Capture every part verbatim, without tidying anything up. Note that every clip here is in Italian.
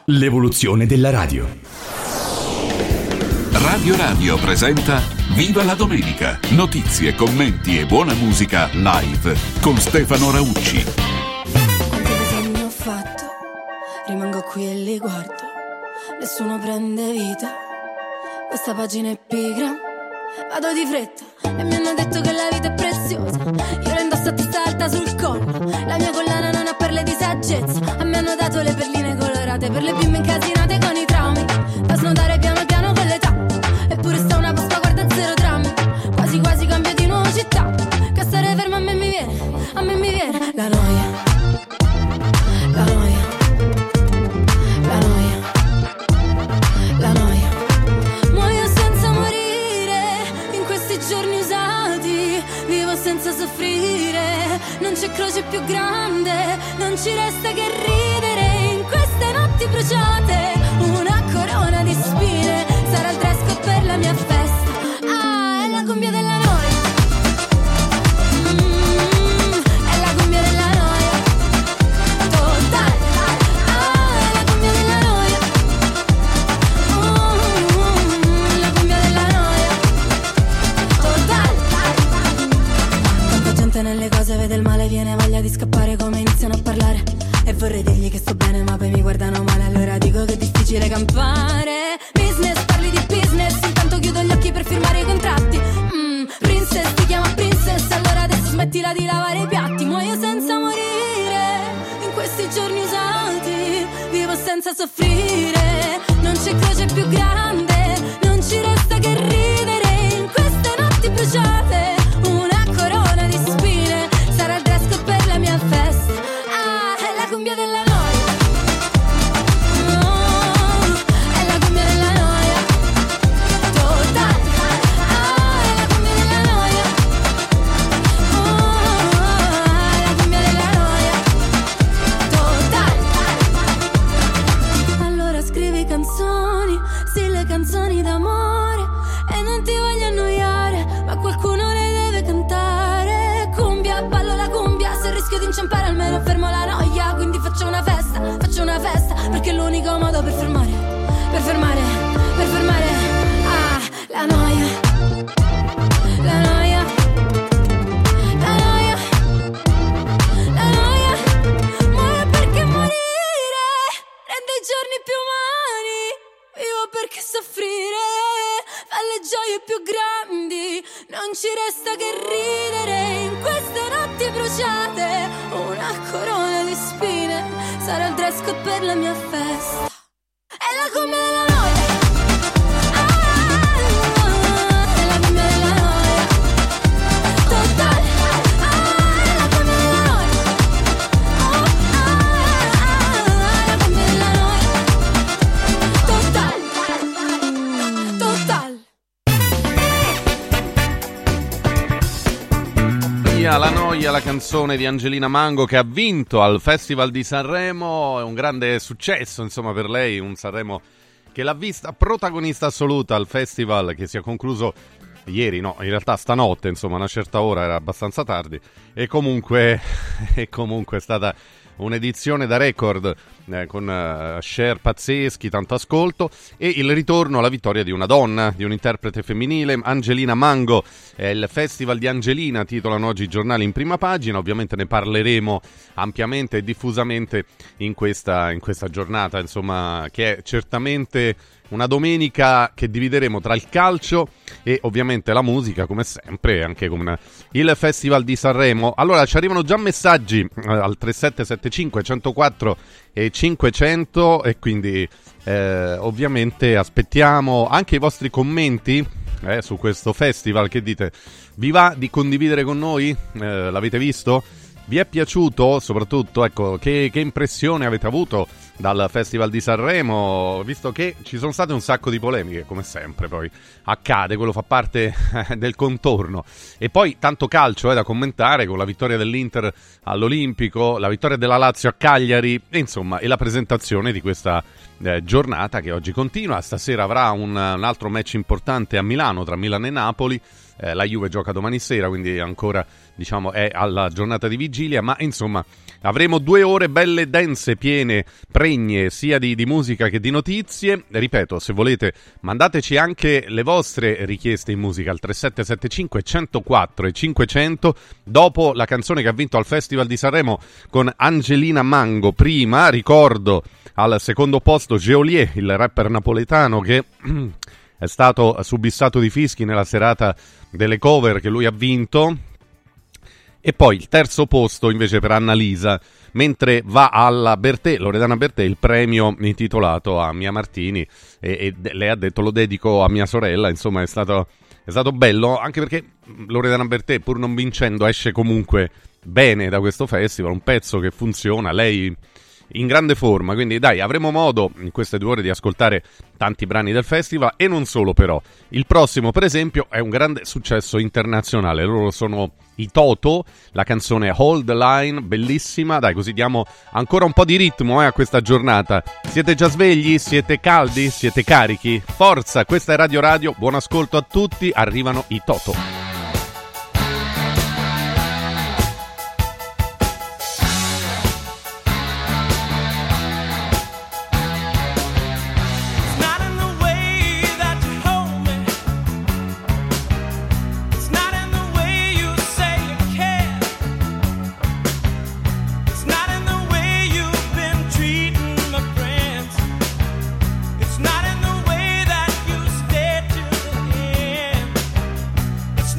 l'evoluzione della radio. Radio Radio presenta Viva la Domenica! Notizie, commenti e buona musica live con Stefano Raucci. Quanti disegni ho fatto, rimango qui e li guardo, nessuno prende vita, questa pagina è pigra, vado di fretta e mi hanno detto che la vita è preziosa, io la indosso a testa alta sul collo, la mia collana non ha perle di saggezza, a me hanno dato le perline colorate per le bimbe incasinate con i traumi, da snodare piano piano con l'età. Eppure sta una posta, guarda, zero drammi, quasi quasi cambio di nuovo città, che stare fermo a me mi viene, a me mi viene la noia, la noia, la noia, la noia. Muoio senza morire, in questi giorni usati, vivo senza soffrire, non c'è croce più grande, non ci resta che ridere, in queste notti bruciate, una corona di spine, sarà il dress code per la mia festa. Ah, è la cumbia della noia. Mm, è la cumbia della noia. Totale. Ah, è la cumbia della noia. Mm, la cumbia della noia. Totale. Tanta gente nelle cose vede il male, viene voglia di scappare come iniziano a parlare. E vorrei dirgli che sto bene ma poi mi guardano male, allora dico che è difficile campare. Business, parli di business, intanto chiudo gli occhi per firmare i contratti. mm, Princess, ti chiama princess, allora adesso smettila di lavare i piatti. Muoio senza morire, in questi giorni usati, vivo senza soffrire, non c'è croce più grande, non ci resta che ridere, in queste notti bruciate, una corona di spine, sarà il dress code per la mia festa. Ah, è la cumbia della noia. Canzoni d'amore e non ti voglio annoiare, ma qualcuno le deve cantare. Cumbia, ballo la cumbia, se rischio di inciampare almeno fermo la noia. Quindi faccio una festa, faccio una festa, perché è l'unico modo per fermare, per fermare, per fermare, ah, la noia, la noia, la noia, la noia. Muore perché morire rende i giorni più umani, vivo perché soffrire fa le gioie più grandi, non ci resta che ridere, in queste notti bruciate, una corona di spine, sarà il dress code per la mia festa. È la cumbia della noia. Ah, è la cumbia della noia. Totale. Ah, è la cumbia della noia. Oh, ah, ah, la cumbia della noia. Total, total. Via la noia, la canzone di Angelina Mango che ha vinto al Festival di Sanremo, è un grande successo insomma per lei, un Sanremo che l'ha vista protagonista assoluta al festival che si è concluso ieri, no, in realtà stanotte, insomma, a una certa ora, era abbastanza tardi, e comunque, e comunque è stata un'edizione da record, eh, con uh, share pazzeschi, tanto ascolto, e il ritorno alla vittoria di una donna, di un interprete femminile, Angelina Mango. È il Festival di Angelina, titolano oggi i giornali in prima pagina, ovviamente ne parleremo ampiamente e diffusamente in questa, in questa giornata, insomma, che è certamente una domenica che divideremo tra il calcio e ovviamente la musica, come sempre, anche con il Festival di Sanremo. Allora, ci arrivano già messaggi eh, al tre sette sette cinque uno zero quattro e cinquecento, e quindi eh, ovviamente aspettiamo anche i vostri commenti eh, su questo festival. Che dite? Vi va di condividere con noi? Eh, l'avete visto? Vi è piaciuto? Soprattutto, ecco, che, che impressione avete avuto dal Festival di Sanremo, visto che ci sono state un sacco di polemiche, come sempre poi accade, quello fa parte del contorno. E poi tanto calcio eh, da commentare, con la vittoria dell'Inter all'Olimpico, la vittoria della Lazio a Cagliari, e insomma, e la presentazione di questa eh, giornata che oggi continua. Stasera avrà un, un altro match importante a Milano, tra Milano e Napoli, eh, la Juve gioca domani sera, quindi ancora diciamo è alla giornata di vigilia, ma insomma avremo due ore belle dense, piene, pregne sia di, di musica che di notizie. Ripeto, se volete mandateci anche le vostre richieste in musica al tre sette sette cinque uno zero quattro e cinquecento, dopo la canzone che ha vinto al Festival di Sanremo con Angelina Mango. Prima ricordo al secondo posto Geolier, il rapper napoletano che è stato subissato di fischi nella serata delle cover che lui ha vinto. E poi il terzo posto invece per Annalisa, mentre va alla Bertè, Loredana Bertè, il premio intitolato a Mia Martini, e, e lei ha detto lo dedico a mia sorella. Insomma è stato, è stato bello, anche perché Loredana Bertè, pur non vincendo, esce comunque bene da questo festival, un pezzo che funziona, lei in grande forma, quindi dai, avremo modo in queste due ore di ascoltare tanti brani del festival, e non solo. Però il prossimo, per esempio, è un grande successo internazionale. Loro sono i Toto, la canzone Hold the Line, bellissima. Dai, così diamo ancora un po' di ritmo eh, a questa giornata. Siete già svegli? Siete caldi? Siete carichi? Forza, questa è Radio Radio, buon ascolto a tutti, arrivano i Toto. It's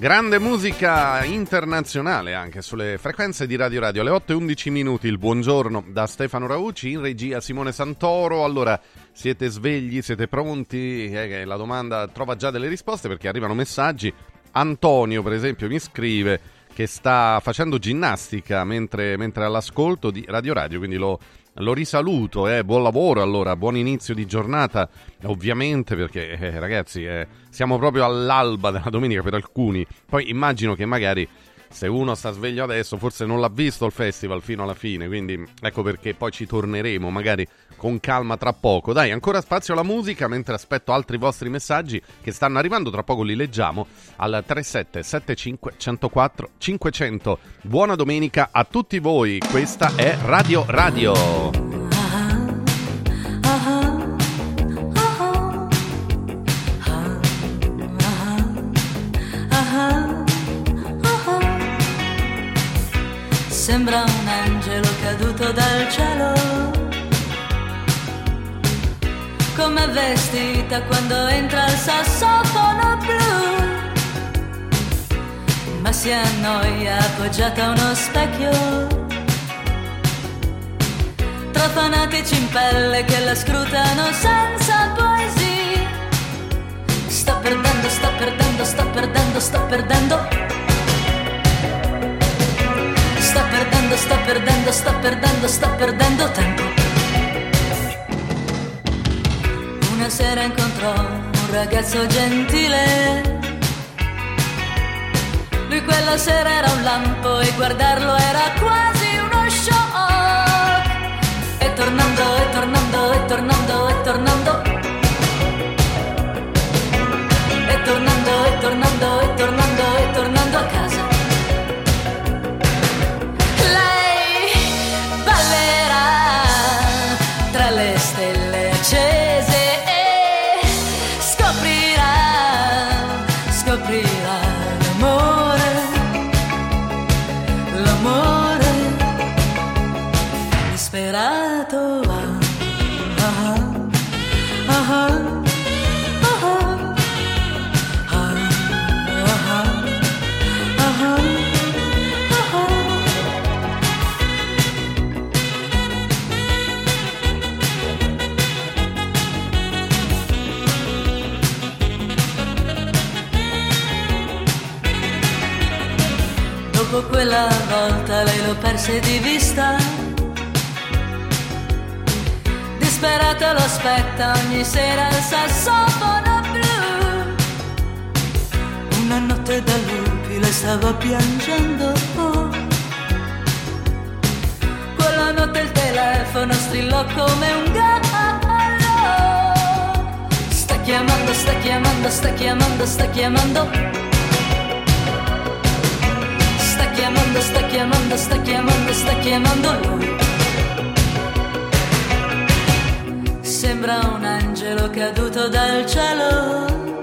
Grande musica internazionale anche sulle frequenze di Radio Radio. Alle otto e undici minuti il buongiorno da Stefano Raucci, in regia Simone Santoro. Allora, siete svegli, siete pronti? Eh, la domanda trova già delle risposte perché arrivano messaggi. Antonio, per esempio, mi scrive che sta facendo ginnastica mentre, mentre all'ascolto di Radio Radio, quindi lo, lo risaluto, eh. Buon lavoro allora, buon inizio di giornata, ovviamente, perché eh, ragazzi eh, siamo proprio all'alba della domenica per alcuni. Poi immagino che magari se uno sta sveglio adesso forse non l'ha visto il festival fino alla fine, quindi ecco perché poi ci torneremo magari con calma tra poco. Dai, ancora spazio alla musica mentre aspetto altri vostri messaggi che stanno arrivando, tra poco li leggiamo al tre sette sette cinque uno zero quattro cinquecento. Buona domenica a tutti voi, questa è Radio Radio. Sembra un angelo caduto dal cielo, come vestita quando entra il sassofono blu, ma si annoia appoggiata a uno specchio, tra fanatici in pelle che la scrutano senza poesia. Sto perdendo, sto perdendo, sto perdendo, sto perdendo. Sto perdendo, sto perdendo, sto perdendo, sto perdendo tempo. Una sera incontrò un ragazzo gentile. Lui quella sera era un lampo e guardarlo era quasi uno shock. E tornando, e tornando, e tornando, e tornando. E tornando, e tornando, e tornando, e tornando a casa. Tra le stelle accese e scoprirà, scoprirà l'amore, l'amore disperato. Ah, ah, ah, ah. Dopo quella volta lei lo perse di vista, disperata lo aspetta ogni sera il sassofono blu. Una notte da lupi lei stava piangendo, oh. Quella notte il telefono strillò come un gallo. Sta chiamando, sta chiamando, sta chiamando, sta chiamando. Sta chiamando, sta chiamando, sta chiamando, sta chiamando lui. Sembra un angelo caduto dal cielo.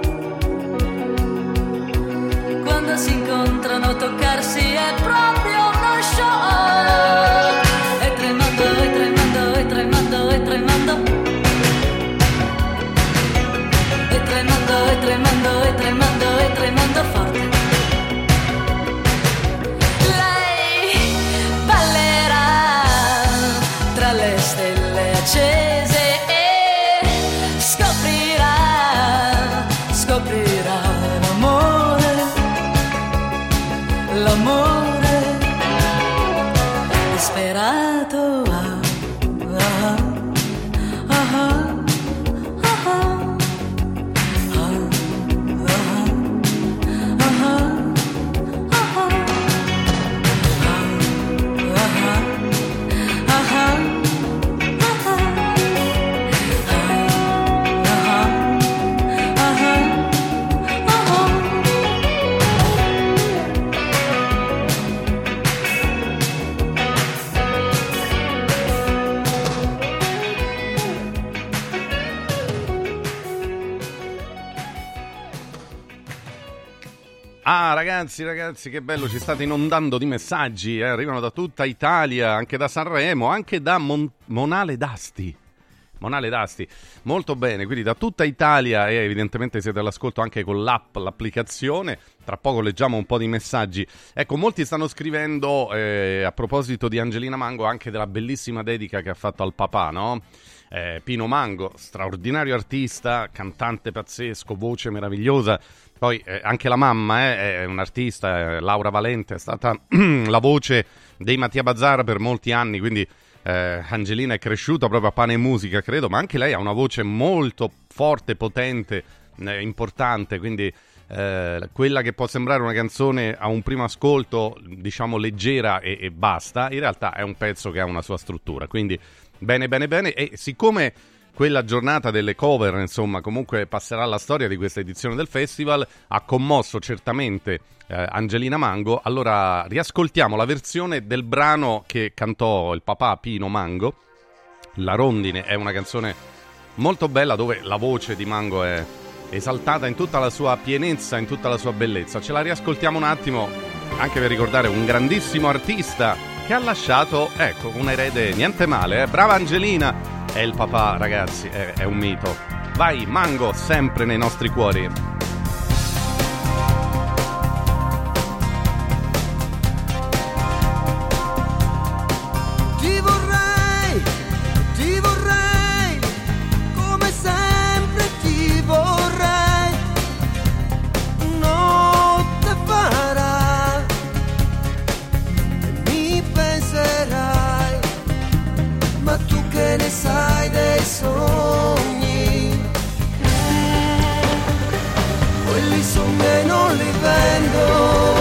Quando si incontrano toccarsi è proprio uno shock. E tremando, e tremando, e tremando, e tremando. E tremando, e tremando, e tremando, e tremando forte. Le stelle accese e scoprirà, scoprirà l'amore, l'amore disperato. Ah, ah, ah, ah, ah, Ah, ragazzi, ragazzi, che bello, ci state inondando di messaggi, eh? Arrivano da tutta Italia, anche da Sanremo, anche da Mon- Monale d'Asti. Monale d'Asti, molto bene, quindi da tutta Italia e evidentemente siete all'ascolto anche con l'app, l'applicazione, tra poco leggiamo un po' di messaggi. Ecco, molti stanno scrivendo eh, a proposito di Angelina Mango anche della bellissima dedica che ha fatto al papà, no? Eh, Pino Mango, straordinario artista, cantante pazzesco, voce meravigliosa, poi eh, anche la mamma eh, è un'artista, eh, Laura Valente, è stata la voce dei Mattia Bazzara per molti anni, quindi Eh, Angelina è cresciuta proprio a pane e musica, credo, ma anche lei ha una voce molto forte, potente, eh, importante, quindi eh, quella che può sembrare una canzone a un primo ascolto, diciamo, leggera e, e basta, in realtà è un pezzo che ha una sua struttura, quindi bene, bene, bene, e siccome quella giornata delle cover, insomma, comunque passerà alla storia di questa edizione del festival, ha commosso certamente eh, Angelina Mango, allora riascoltiamo la versione del brano che cantò il papà Pino Mango. La Rondine è una canzone molto bella dove la voce di Mango è esaltata in tutta la sua pienezza, in tutta la sua bellezza. Ce la riascoltiamo un attimo anche per ricordare un grandissimo artista che ha lasciato, ecco, un erede niente male, eh? Brava Angelina! E il papà, ragazzi, è, è un mito. Vai, Mango, sempre nei nostri cuori. Ti vorrei, ti vorrei, come sempre ti vorrei. Notte farà, mi penserai, ma tu che ne sai dei sogni? Quelli son miei, non li vendo.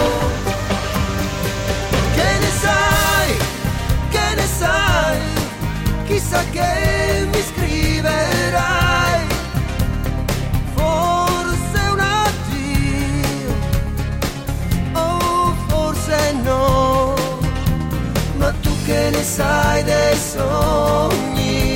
Che ne sai, che ne sai, chissà che mi scriverai. Forse un addio, oh forse no, ma tu che ne sai dei sogni?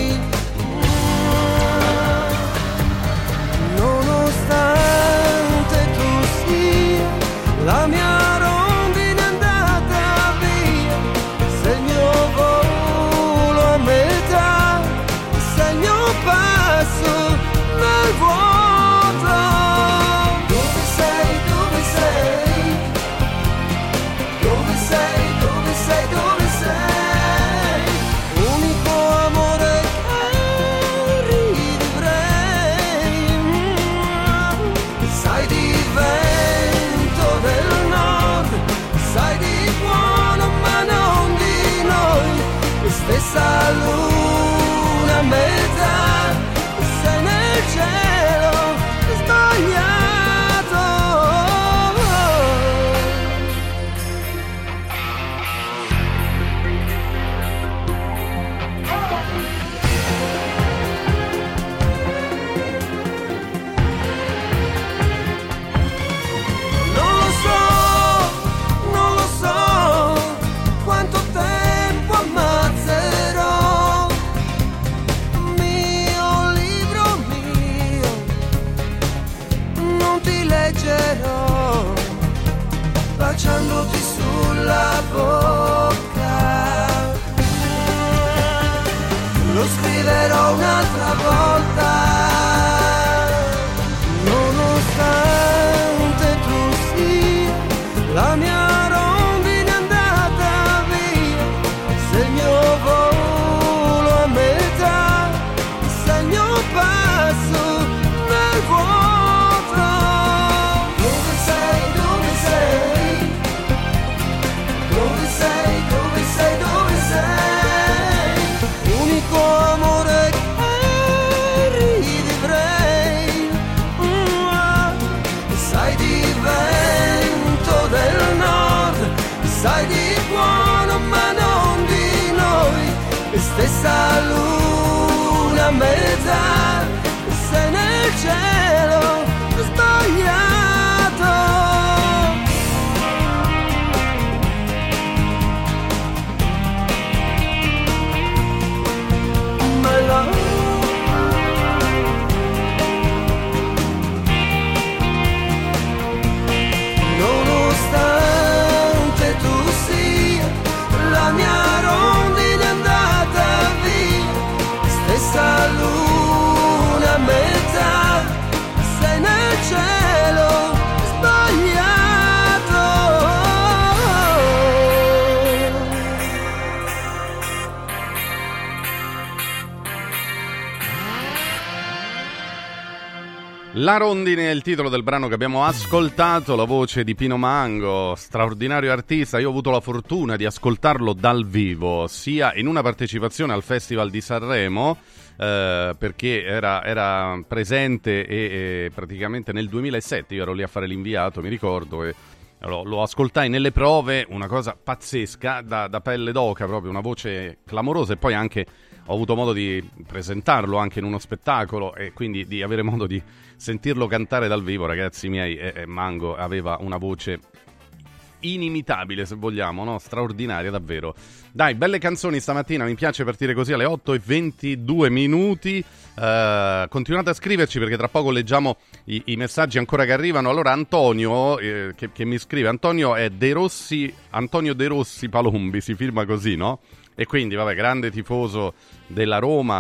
Nonostante tu sia la mia rondine andata via, sei il mio volo a metà, sei il mio passo nel vuoto. Dove sei, dove sei? Dove sei, dove sei, dove sei? Unico amore che rivivrei. Sai di vento del nord, sai di buono ma non di noi. E stessa luna a metà, sei nel cielo sbagliato. Non lo so, non lo so quanto tempo ammazzerò. Mio libro mio, non ti leggerò, baciandoti sulla bocca. Lo scriverò un'altra volta. Nonostante tu sia la mia rondine andata via, sei il mio volo a metà, sei il mio passo nel vuoto. Dove sei, dove sei? Dove sei, dove sei, dove sei? Unico amore che La rondine è il titolo del brano che abbiamo ascoltato, la voce di Pino Mango, straordinario artista. Io ho avuto la fortuna di ascoltarlo dal vivo, sia in una partecipazione al Festival di Sanremo, eh, perché era, era presente e, e praticamente nel duemilasette, io ero lì a fare l'inviato, mi ricordo, e lo, lo ascoltai nelle prove, una cosa pazzesca, da, da pelle d'oca, proprio una voce clamorosa, e poi anche ho avuto modo di presentarlo anche in uno spettacolo e quindi di avere modo di sentirlo cantare dal vivo, ragazzi miei. E, e Mango aveva una voce inimitabile, se vogliamo, no? Straordinaria davvero. Dai, belle canzoni stamattina, mi piace partire così alle otto e ventidue minuti. Uh, continuate a scriverci perché tra poco leggiamo i, i messaggi ancora che arrivano. Allora Antonio eh, che, che mi scrive, Antonio è De Rossi, Antonio De Rossi Palombi, si firma così, no? E quindi, vabbè, grande tifoso della Roma.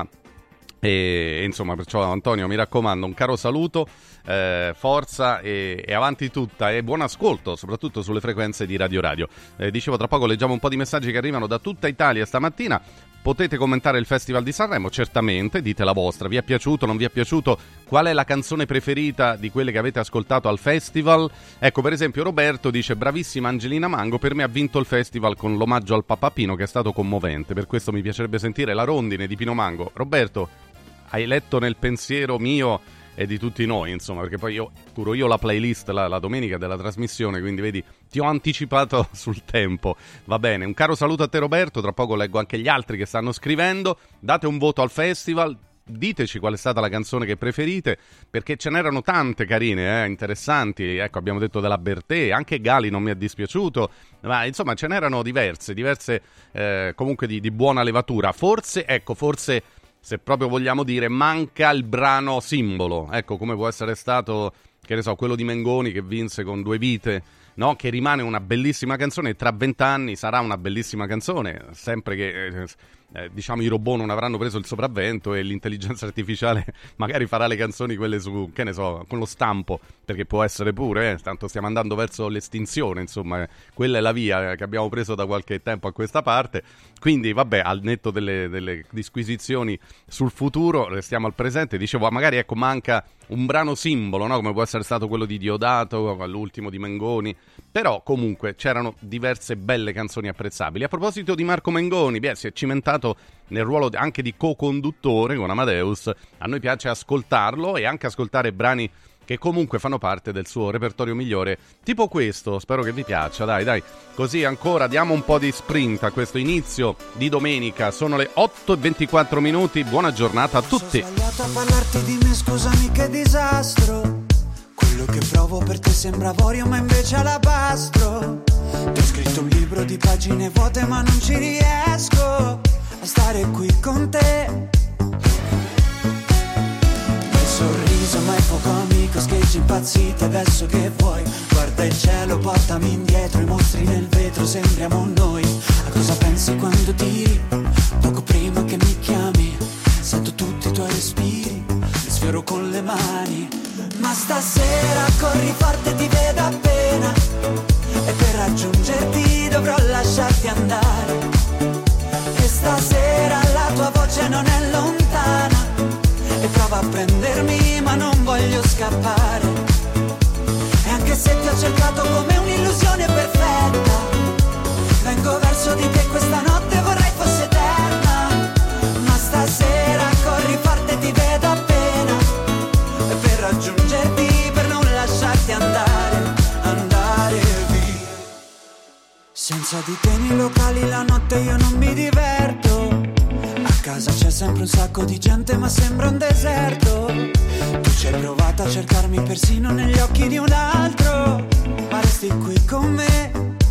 E, e insomma, perciò Antonio, mi raccomando, un caro saluto, eh, forza e, e avanti tutta, e buon ascolto, soprattutto sulle frequenze di Radio Radio. Eh, dicevo, tra poco leggiamo un po' di messaggi che arrivano da tutta Italia stamattina. Potete commentare il Festival di Sanremo, certamente, dite la vostra, vi è piaciuto, non vi è piaciuto, qual è la canzone preferita di quelle che avete ascoltato al festival? Ecco, per esempio Roberto dice, bravissima Angelina Mango, per me ha vinto il festival con l'omaggio al Papà Pino che è stato commovente, per questo mi piacerebbe sentire la rondine di Pino Mango. Roberto, hai letto nel pensiero mio e di tutti noi, insomma, perché poi io curo io la playlist la, la domenica della trasmissione, quindi vedi, ti ho anticipato sul tempo. Va bene, un caro saluto a te Roberto, tra poco leggo anche gli altri che stanno scrivendo. Date un voto al festival, diteci qual è stata la canzone che preferite, perché ce n'erano tante carine, eh, interessanti. Ecco, abbiamo detto della Bertè, anche Gali non mi è dispiaciuto, ma insomma ce n'erano diverse, diverse eh, comunque di, di buona levatura. Forse, ecco, forse... se proprio vogliamo dire, manca il brano simbolo, ecco, come può essere stato, che ne so, quello di Mengoni che vinse con Due vite, no? Che rimane una bellissima canzone e tra vent'anni sarà una bellissima canzone, sempre che, eh, eh, diciamo, i robot non avranno preso il sopravvento e l'intelligenza artificiale magari farà le canzoni quelle su, che ne so, con lo stampo, perché può essere pure, eh, tanto stiamo andando verso l'estinzione, insomma, eh, quella è la via che abbiamo preso da qualche tempo a questa parte. Quindi, vabbè, al netto delle, delle disquisizioni sul futuro, restiamo al presente. Dicevo, magari, ecco, manca un brano simbolo, no? Come può essere stato quello di Diodato, all'ultimo di Mengoni. Però, comunque, c'erano diverse belle canzoni apprezzabili. A proposito di Marco Mengoni, beh, si è cimentato nel ruolo anche di co-conduttore con Amadeus. A noi piace ascoltarlo e anche ascoltare brani che comunque fanno parte del suo repertorio migliore, tipo questo. Spero che vi piaccia, dai, dai. Così ancora diamo un po' di sprint a questo inizio di domenica. Sono le otto e ventiquattro minuti, buona giornata a tutti. Sono sbagliato a parlarti di me, scusami che disastro. Quello che provo per te sembra avorio ma invece è alabastro. Ti ho scritto un libro di pagine vuote ma non ci riesco a stare qui con te. Sorriso ma è poco amico, scheggi impazziti adesso che vuoi. Guarda il cielo, portami indietro, i mostri nel vetro, sembriamo noi. A cosa pensi quando tiri? Poco prima che mi chiami, sento tutti i tuoi respiri, li sfioro con le mani. Ma stasera corri forte, ti vedo appena, e per raggiungerti dovrò lasciarti andare. E stasera la tua voce non è lontana, e prova a prendermi ma non voglio scappare. E anche se ti ho cercato come un'illusione perfetta, vengo verso di te questa notte, vorrei fosse eterna. Ma stasera corri forte, ti vedo appena, e per raggiungerti, per non lasciarti andare, andare via. Senza di te nei locali la notte io non mi diverto. A casa c'è sempre un sacco di gente ma sembra un deserto. Tu ci hai provato a cercarmi persino negli occhi di un altro, ma resti qui con me.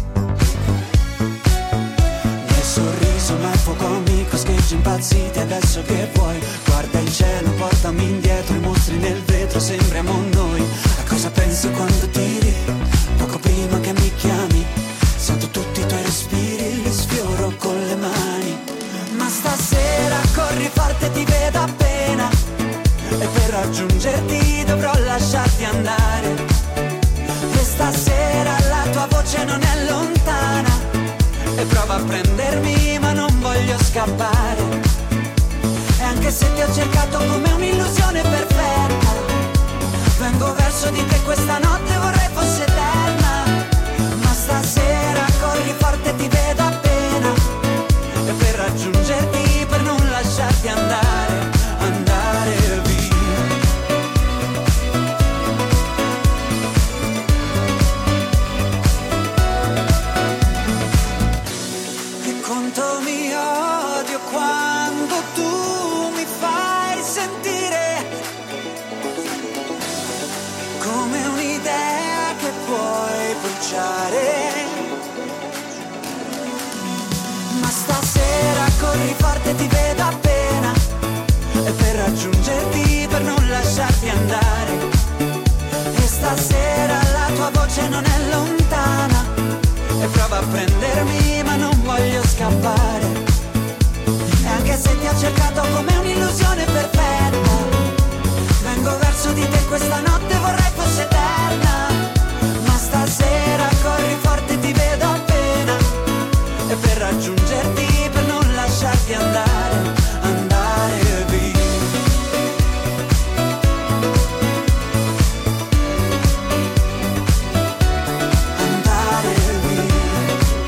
Nel sorriso ma è poco amico, scheggi impazziti adesso che vuoi. Guarda il cielo, portami indietro, i mostri nel vetro, sembriamo noi. A cosa pensi quando tiri? Poco prima che mi chiami, sento tutti i tuoi respiri, li sfioro con le mani. Ma stasera corri forte, ti vedo appena, e per raggiungerti dovrò lasciarti andare. E stasera la tua voce non è lontana, e prova a prendermi ma non voglio scappare. E anche se ti ho cercato come un'illusione perfetta, bruciare. Ma stasera corri forte, ti vedo appena, e per raggiungerti, per non lasciarti andare. E stasera la tua voce non è lontana, e prova a prendermi ma non voglio scappare. E anche se ti ho cercato come un'illusione perfetta, vengo verso di te questa notte, vorrei fosse eterna. Ma stasera corri forte, ti vedo appena, e per raggiungerti, per non lasciarti andare, andare via. Andare via.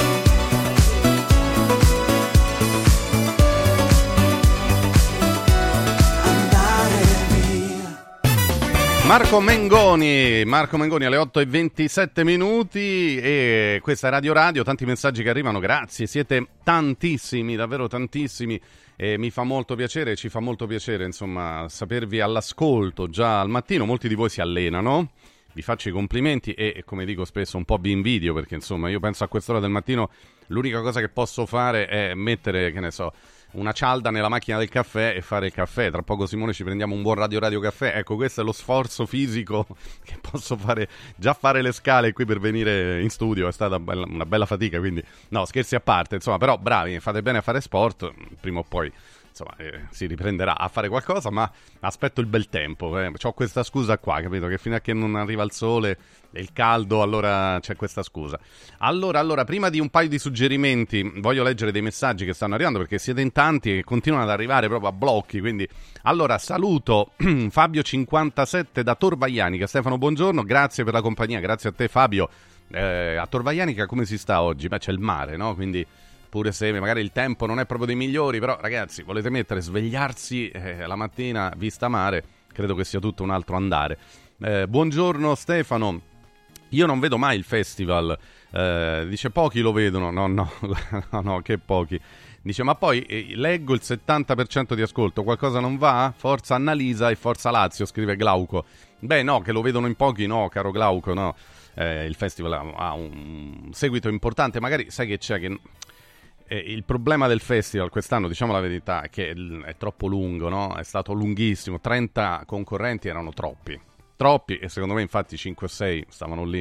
Andare via. Marco Mengoni, Marco Mengoni alle otto e ventisette minuti, e questa è Radio Radio, tanti messaggi che arrivano, grazie, siete tantissimi, davvero tantissimi, e mi fa molto piacere, ci fa molto piacere insomma sapervi all'ascolto già al mattino. Molti di voi si allenano, vi faccio i complimenti e, come dico spesso, un po' vi invidio, perché insomma io penso a quest'ora del mattino l'unica cosa che posso fare è mettere, che ne so, una cialda nella macchina del caffè e fare il caffè. Tra poco, Simone, ci prendiamo un buon Radio Radio caffè. Ecco, questo è lo sforzo fisico che posso fare. Già fare le scale qui per venire in studio è stata bella, una bella fatica, quindi no, scherzi a parte, insomma, però bravi, fate bene a fare sport, prima o poi insomma eh, si riprenderà a fare qualcosa, ma aspetto il bel tempo, eh. C'ho questa scusa qua, capito, che fino a che non arriva il sole e il caldo, allora c'è questa scusa. Allora, allora, prima di un paio di suggerimenti, voglio leggere dei messaggi che stanno arrivando, perché siete in tanti e continuano ad arrivare proprio a blocchi, quindi allora saluto Fabio cinquantasette da Torvaianica. Stefano, buongiorno, grazie per la compagnia, grazie a te Fabio. Eh, a Torvaianica come si sta oggi? Beh, c'è il mare, no? Quindi pure se magari il tempo non è proprio dei migliori, però ragazzi, volete mettere svegliarsi eh, la mattina vista mare, credo che sia tutto un altro andare. Eh, buongiorno Stefano, io non vedo mai il festival, eh, dice pochi lo vedono, no no, no, no, che pochi. Dice ma poi eh, leggo il settanta per cento di ascolto, qualcosa non va? Forza Annalisa e forza Lazio, scrive Glauco. Beh no, che lo vedono in pochi no, caro Glauco, no. Eh, il festival ha un seguito importante, magari sai che c'è che... Eh, il problema del festival quest'anno, diciamo la verità, è che è troppo lungo, no? È stato lunghissimo, trenta concorrenti erano troppi, troppi, e secondo me infatti cinque o sei stavano lì,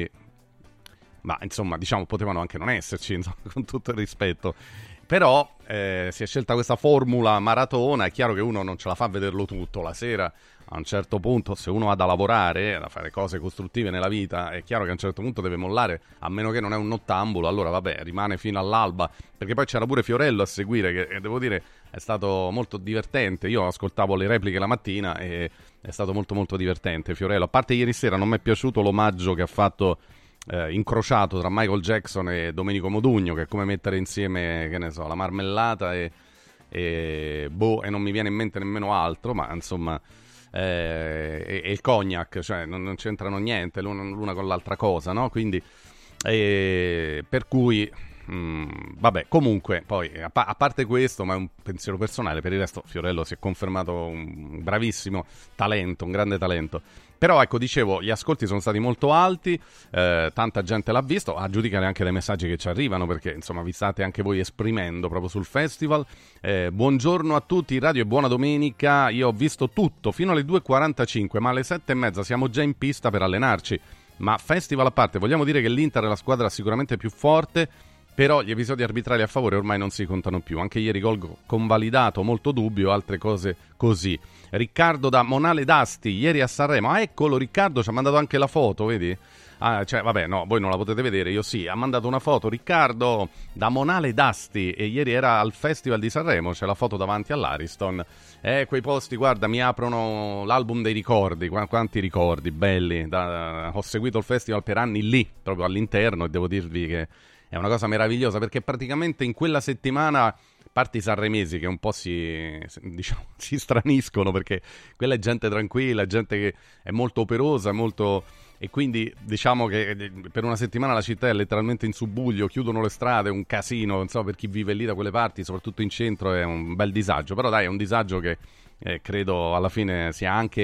ma insomma diciamo potevano anche non esserci, insomma, con tutto il rispetto. Però eh, si è scelta questa formula maratona, è chiaro che uno non ce la fa a vederlo tutto la sera. A un certo punto, se uno ha da lavorare, da fare cose costruttive nella vita, è chiaro che a un certo punto deve mollare, a meno che non è un nottambulo, allora vabbè, rimane fino all'alba, perché poi c'era pure Fiorello a seguire, che, che devo dire è stato molto divertente. Io ascoltavo le repliche la mattina e è stato molto molto divertente Fiorello. A parte ieri sera non mi è piaciuto l'omaggio che ha fatto eh, incrociato tra Michael Jackson e Domenico Modugno, che è come mettere insieme, che ne so, la marmellata e, e boh, e non mi viene in mente nemmeno altro, ma insomma... Eh, e, e il cognac, cioè non, non c'entrano niente l'una, l'una con l'altra cosa, no? Quindi eh, per cui mh, vabbè, comunque poi a, pa- a parte questo, ma è un pensiero personale, per il resto Fiorello si è confermato un bravissimo talento, un grande talento. Però ecco, dicevo, gli ascolti sono stati molto alti, eh, tanta gente l'ha visto, a giudicare anche dai messaggi che ci arrivano, perché insomma vi state anche voi esprimendo proprio sul festival. Eh, buongiorno a tutti, radio e buona domenica. Io ho visto tutto fino alle due e quarantacinque, ma alle sette e mezza siamo già in pista per allenarci. Ma festival a parte, vogliamo dire che l'Inter è la squadra sicuramente più forte, però gli episodi arbitrali a favore ormai non si contano più. Anche ieri gol convalidato, molto dubbio, altre cose così. Riccardo da Monale d'Asti, ieri a Sanremo. Ah, eccolo Riccardo, ci ha mandato anche la foto, vedi? Ah, cioè, vabbè, no, voi non la potete vedere, io sì. Ha mandato una foto Riccardo da Monale d'Asti, e ieri era al Festival di Sanremo, c'è la foto davanti all'Ariston. Eh, quei posti, guarda, mi aprono l'album dei ricordi. Qu- quanti ricordi belli. Da, ho seguito il festival per anni lì, proprio all'interno, e devo dirvi che è una cosa meravigliosa, perché praticamente in quella settimana, a parte i sanremesi che un po' si, diciamo, si straniscono, perché quella è gente tranquilla, gente che è molto operosa, molto... e quindi diciamo che per una settimana la città è letteralmente in subbuglio, chiudono le strade, un casino, insomma, per chi vive lì da quelle parti, soprattutto in centro, è un bel disagio. Però dai, è un disagio che eh, credo alla fine sia anche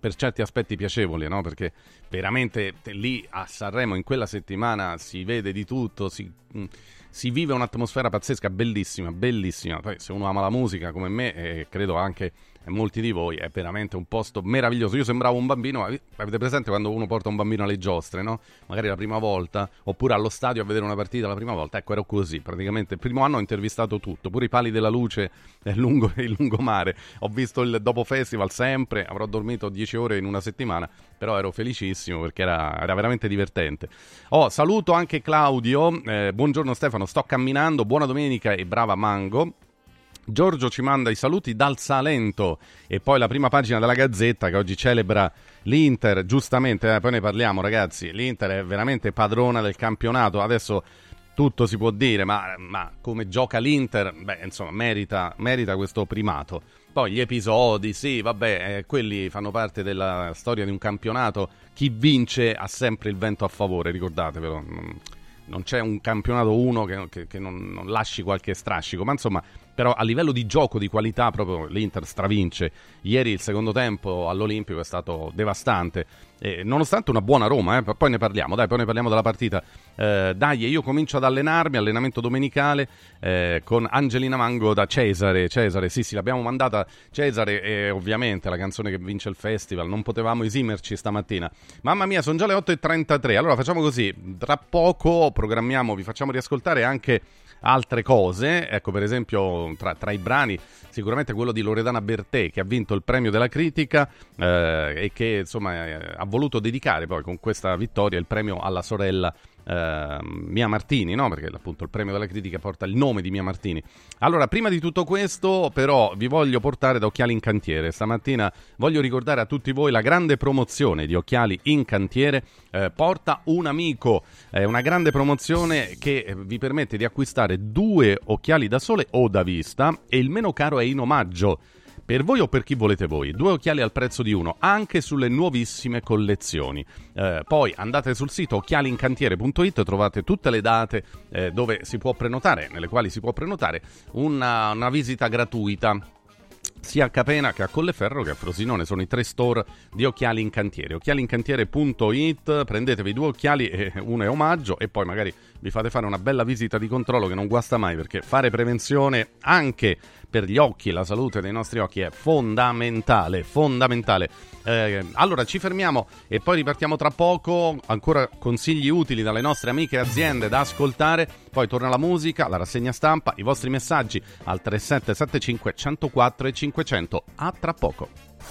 per certi aspetti piacevoli, no? Perché veramente lì a Sanremo in quella settimana si vede di tutto, si, mh, si vive un'atmosfera pazzesca, bellissima, bellissima. Poi se uno ama la musica come me, e credo anche molti di voi, è veramente un posto meraviglioso. Io sembravo un bambino, avete presente quando uno porta un bambino alle giostre, no? Magari la prima volta, oppure allo stadio a vedere una partita la prima volta. Ecco, ero così, praticamente il primo anno ho intervistato tutto, pure i pali della luce eh, lungo il lungomare, ho visto il dopo festival sempre, avrò dormito dieci ore in una settimana, però ero felicissimo perché era, era veramente divertente. Oh, saluto anche Claudio, eh, buongiorno Stefano, sto camminando, buona domenica e brava Mango. Giorgio ci manda i saluti dal Salento e poi la prima pagina della Gazzetta che oggi celebra l'Inter, giustamente, eh, poi ne parliamo ragazzi, l'Inter è veramente padrona del campionato, adesso tutto si può dire, ma, ma come gioca l'Inter, beh insomma merita, merita questo primato. Poi gli episodi, sì vabbè, eh, quelli fanno parte della storia di un campionato, chi vince ha sempre il vento a favore, ricordatevelo, non c'è un campionato uno che, che, che non, non lasci qualche strascico, ma insomma, però a livello di gioco, di qualità, proprio l'Inter stravince. Ieri il secondo tempo all'Olimpico è stato devastante, eh, nonostante una buona Roma, eh, poi ne parliamo, dai, poi ne parliamo della partita. Eh, dai, io comincio ad allenarmi, allenamento domenicale, eh, con Angelina Mango da Cesare, Cesare, sì sì, l'abbiamo mandata Cesare, e ovviamente la canzone che vince il festival, non potevamo esimerci stamattina. Mamma mia, sono già le otto e trentatré, allora facciamo così, tra poco programmiamo, vi facciamo riascoltare anche altre cose, ecco per esempio tra, tra i brani sicuramente quello di Loredana Bertè che ha vinto il premio della critica eh, e che insomma eh, ha voluto dedicare poi con questa vittoria il premio alla sorella Uh, Mia Martini, no? Perché appunto il premio della critica porta il nome di Mia Martini. Allora, prima di tutto questo, però, vi voglio portare da Occhiali in Cantiere. Stamattina voglio ricordare a tutti voi la grande promozione di Occhiali in Cantiere. Eh, porta un amico, è una grande promozione che vi permette di acquistare due occhiali da sole o da vista e il meno caro è in omaggio. Per voi o per chi volete voi, due occhiali al prezzo di uno, anche sulle nuovissime collezioni. Eh, poi andate sul sito occhialincantiere punto it, trovate tutte le date eh, dove si può prenotare, nelle quali si può prenotare una, una visita gratuita. Sia a Capena che a Colleferro che a Frosinone sono i tre store di Occhiali in Cantiere. occhialincantiere punto it, prendetevi due occhiali e uno è omaggio e poi magari vi fate fare una bella visita di controllo che non guasta mai, perché fare prevenzione anche per gli occhi, la salute dei nostri occhi è fondamentale, fondamentale. Eh, allora ci fermiamo e poi ripartiamo tra poco, ancora consigli utili dalle nostre amiche aziende da ascoltare, poi torna la musica, la rassegna stampa, i vostri messaggi al tre sette sette cinque uno zero quattro e cinquecento. A tra poco.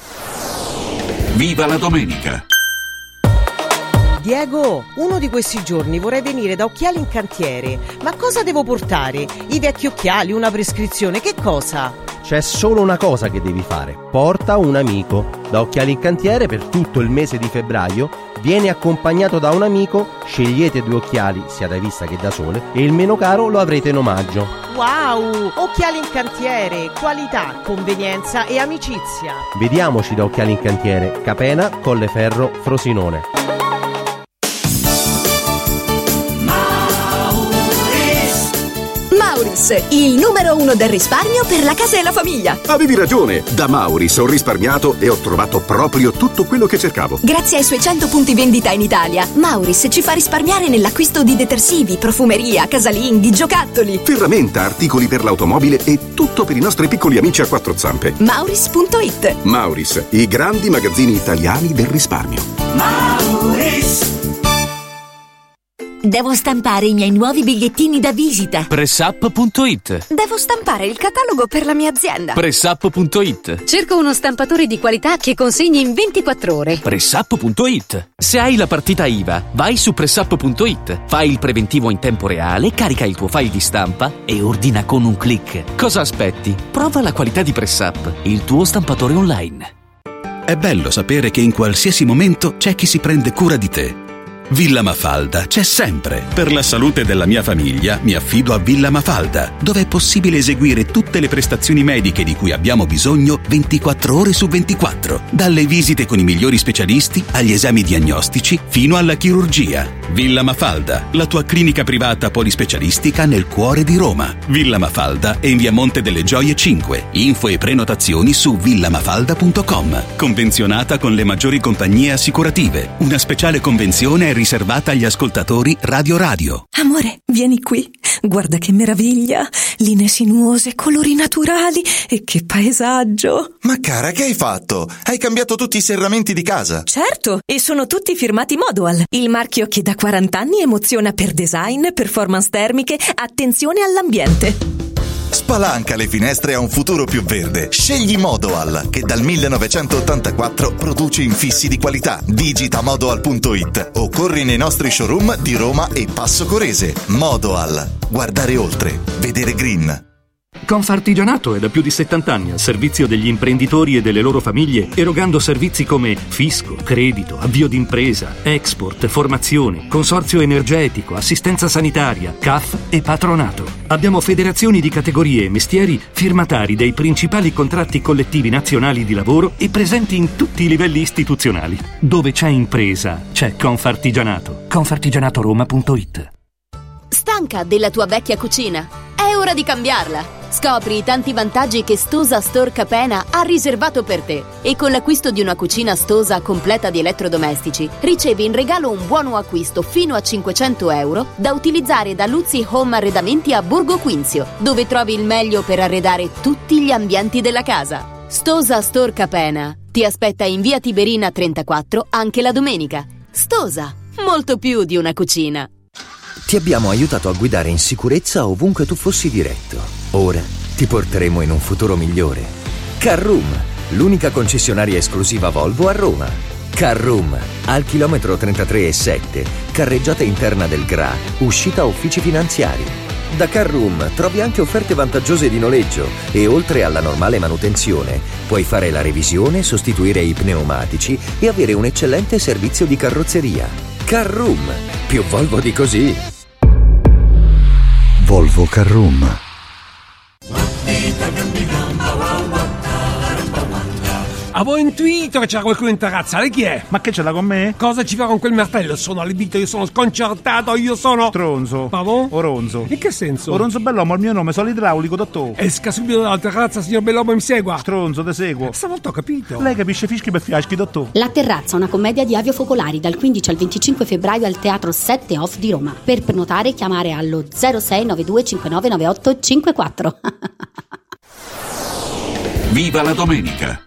Viva la domenica! Diego, uno di questi giorni vorrei venire da Occhiali in Cantiere. Ma cosa devo portare? I vecchi occhiali, una prescrizione, che cosa? C'è solo una cosa che devi fare. Porta un amico. Da Occhiali in Cantiere per tutto il mese di febbraio vieni accompagnato da un amico, scegliete due occhiali, sia da vista che da sole, e il meno caro lo avrete in omaggio. Wow! Occhiali in Cantiere, qualità, convenienza e amicizia. Vediamoci da Occhiali in Cantiere, Capena, Colleferro, Frosinone. Mauris, il numero uno del risparmio per la casa e la famiglia. Avevi ragione, da Mauris ho risparmiato e ho trovato proprio tutto quello che cercavo. Grazie ai suoi cento punti vendita in Italia, Mauris ci fa risparmiare nell'acquisto di detersivi, profumeria, casalinghi, giocattoli, ferramenta, articoli per l'automobile e tutto per i nostri piccoli amici a quattro zampe. Mauris punto it. Mauris, i grandi magazzini italiani del risparmio. Mauris. Devo stampare i miei nuovi bigliettini da visita. Pressup punto it. Devo stampare il catalogo per la mia azienda. Pressup punto it. Cerco uno stampatore di qualità che consegni in ventiquattro ore. Pressup punto it. Se hai la partita I V A, vai su Pressup punto it. Fai il preventivo in tempo reale, carica il tuo file di stampa e ordina con un click. Cosa aspetti? Prova la qualità di Pressup, il tuo stampatore online. È bello sapere che in qualsiasi momento c'è chi si prende cura di te. Villa Mafalda c'è sempre. Per la salute della mia famiglia mi affido a Villa Mafalda, dove è possibile eseguire tutte le prestazioni mediche di cui abbiamo bisogno ventiquattro ore su ventiquattro. Dalle visite con i migliori specialisti agli esami diagnostici fino alla chirurgia. Villa Mafalda, la tua clinica privata polispecialistica nel cuore di Roma. Villa Mafalda è in via Monte delle Gioie cinque. Info e prenotazioni su villamafalda punto com. Convenzionata con le maggiori compagnie assicurative. Una speciale convenzione è riservata agli ascoltatori Radio Radio. Amore, vieni qui. Guarda che meraviglia. Linee sinuose, colori naturali e che paesaggio. Ma cara, che hai fatto? Hai cambiato tutti i serramenti di casa? Certo, e sono tutti firmati Modoal, il marchio che da quaranta anni emoziona per design, performance termiche, attenzione all'ambiente. Spalanca le finestre a un futuro più verde. Scegli Modoal, che dal millenovecentottantaquattro produce infissi di qualità. Digita modoal punto it o corri nei nostri showroom di Roma e Passo Corese. Modoal. Guardare oltre. Vedere green. Confartigianato è da più di settanta anni al servizio degli imprenditori e delle loro famiglie, erogando servizi come fisco, credito, avvio d'impresa, export, formazione, consorzio energetico, assistenza sanitaria, C A F e patronato. Abbiamo federazioni di categorie e mestieri firmatari dei principali contratti collettivi nazionali di lavoro e presenti in tutti i livelli istituzionali. Dove c'è impresa, c'è Confartigianato. confartigianato roma punto it. Stanca della tua vecchia cucina? È ora di cambiarla! Scopri i tanti vantaggi che Stosa Store Capena ha riservato per te. E con l'acquisto di una cucina Stosa completa di elettrodomestici, ricevi in regalo un buono acquisto fino a cinquecento euro da utilizzare da Luzzi Home Arredamenti a Borgo Quinzio, dove trovi il meglio per arredare tutti gli ambienti della casa. Stosa Store Capena ti aspetta in via Tiberina trentaquattro anche la domenica. Stosa, molto più di una cucina. Ti abbiamo aiutato a guidare in sicurezza ovunque tu fossi diretto. Ora ti porteremo in un futuro migliore. Carroom, l'unica concessionaria esclusiva Volvo a Roma. Carroom, al chilometro trentatré e sette, carreggiata interna del Gra, uscita uffici finanziari. Da Carroom trovi anche offerte vantaggiose di noleggio e oltre alla normale manutenzione puoi fare la revisione, sostituire i pneumatici e avere un eccellente servizio di carrozzeria. Carroom, più Volvo di così. Volvo Carroom. Avevo intuito che c'era qualcuno in terrazza, lei chi è? Ma che ce l'ha con me? Cosa ci fa con quel martello? Sono allibito, io sono sconcertato, io sono... Tronzo. Pardon? Oronzo. In che senso? Oronzo Bellomo, il mio nome, sono l'idraulico, dottore. Esca subito dalla terrazza, signor Bellomo, e mi segua. Stronzo, te seguo. Stavolta ho capito. Lei capisce fischi per fiaschi, dottore. La terrazza, una commedia di Avio Focolari, dal quindici al venticinque febbraio al Teatro sette Off di Roma. Per prenotare chiamare allo zero sei nove due cinque nove nove otto cinque quattro. Viva la domenica!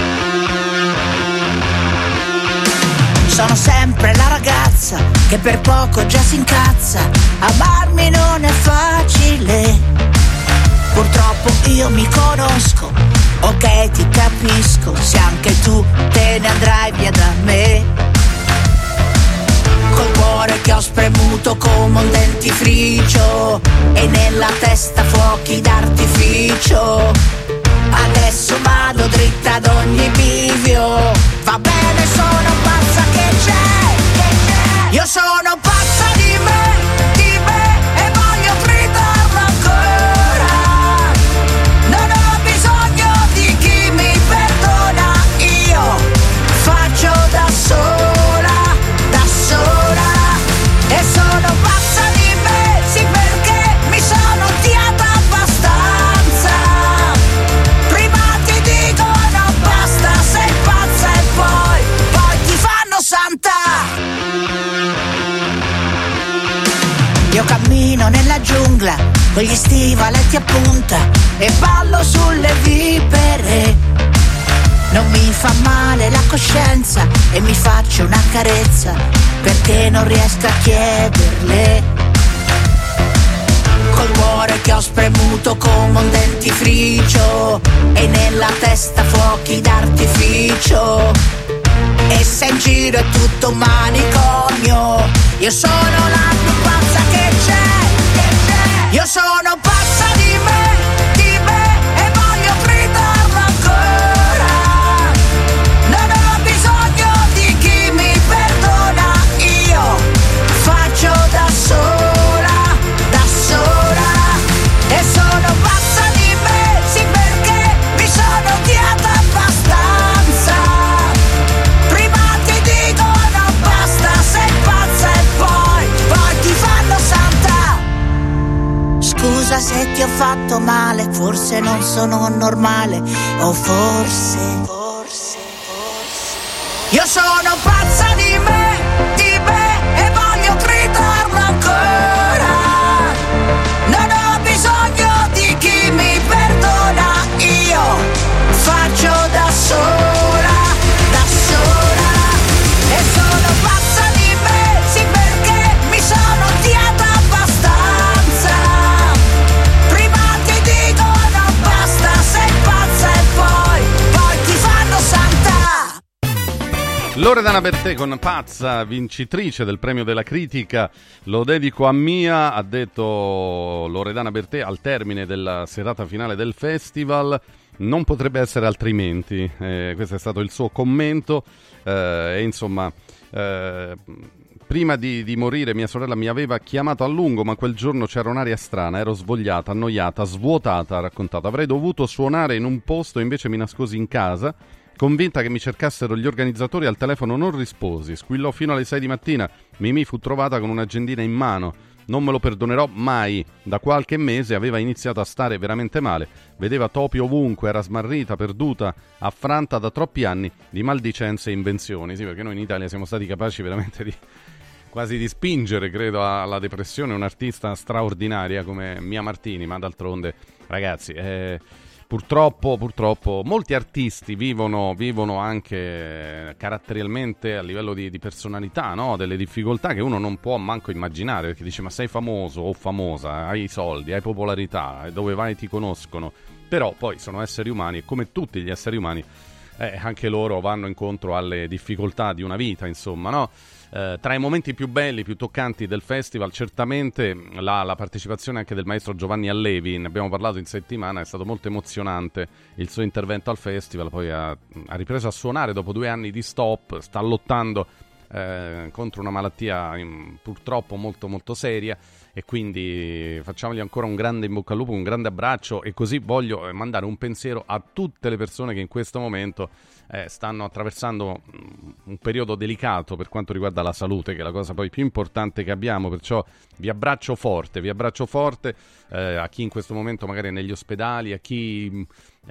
Sono sempre la ragazza che per poco già si incazza. Amarmi non è facile. Purtroppo io mi conosco. Ok, ti capisco. Se anche tu te ne andrai via da me. Col cuore che ho spremuto come un dentifricio e nella testa fuochi d'artificio. Adesso vado dritta ad ogni bivio. Va bene, sono pazza che c'è, che c'è. Io sono pazza di me, di me e voglio gridarlo ancora. Non ho bisogno di chi mi perdona. Io faccio da sola, da sola. E sono pazza di me, sì, perché mi sono odiata abbastanza. Prima ti dicono basta, sei pazza e poi, poi ti fanno santa. Io cammino nella giungla con gli stivaletti a punta e ballo sulle vipere. Non mi fa male la coscienza e mi faccio una carezza perché non riesco a chiederle. Col cuore che ho spremuto come un dentifricio e nella testa fuochi d'artificio. E se in giro è tutto un manicomio, io sono la più pazza che c'è, che c'è. Io sono pazza di me, di me e voglio gridarlo ancora. Non ho bisogno di chi mi perdona. Io ti ho fatto male, forse non sono normale, o forse, forse, forse. Io sono pazza di me, di me, e voglio gridarlo ancora. Non ho bisogno di chi mi perdona, io faccio da sola, da sola. E sono pazza di me, sì, perché mi sono odiata abbastanza. Prima ti dicono basta, sei pazza, e poi, poi ti fanno santa. Loredana Bertè con Pazza, vincitrice del premio della critica. Lo dedico a Mia, ha detto Loredana Bertè al termine della serata finale del festival. Non potrebbe essere altrimenti, eh, questo è stato il suo commento, eh, e insomma, eh, prima di, di morire mia sorella mi aveva chiamato a lungo, ma quel giorno c'era un'aria strana, ero svogliata, annoiata, svuotata, ha raccontato. Avrei dovuto suonare in un posto, invece mi nascosi in casa, convinta che mi cercassero gli organizzatori. Al telefono non risposi, squillò fino alle sei di mattina, Mimì fu trovata con un'agendina in mano. Non me lo perdonerò mai. Da qualche mese aveva iniziato a stare veramente male. Vedeva topi ovunque, era smarrita, perduta, affranta da troppi anni di maldicenze e invenzioni. Sì, perché noi in Italia siamo stati capaci veramente di quasi di spingere, credo, alla depressione un'artista straordinaria come Mia Martini, ma d'altronde, ragazzi, eh, purtroppo, purtroppo molti artisti vivono, vivono anche caratterialmente a livello di, di personalità, no? Delle difficoltà che uno non può manco immaginare, perché dice ma sei famoso o famosa, hai i soldi, hai popolarità, dove vai ti conoscono, però poi sono esseri umani e come tutti gli esseri umani eh, anche loro vanno incontro alle difficoltà di una vita, insomma, no? Eh, tra i momenti più belli, più toccanti del festival, certamente la, la partecipazione anche del maestro Giovanni Allevi, ne abbiamo parlato in settimana, è stato molto emozionante il suo intervento al festival, poi ha, ha ripreso a suonare dopo due anni di stop, sta lottando eh, contro una malattia in, purtroppo molto molto seria, e quindi facciamogli ancora un grande in bocca al lupo, un grande abbraccio, e così voglio mandare un pensiero a tutte le persone che in questo momento eh, stanno attraversando un periodo delicato per quanto riguarda la salute, che è la cosa poi più importante che abbiamo, perciò vi abbraccio forte, vi abbraccio forte eh, a chi in questo momento magari è negli ospedali, a chi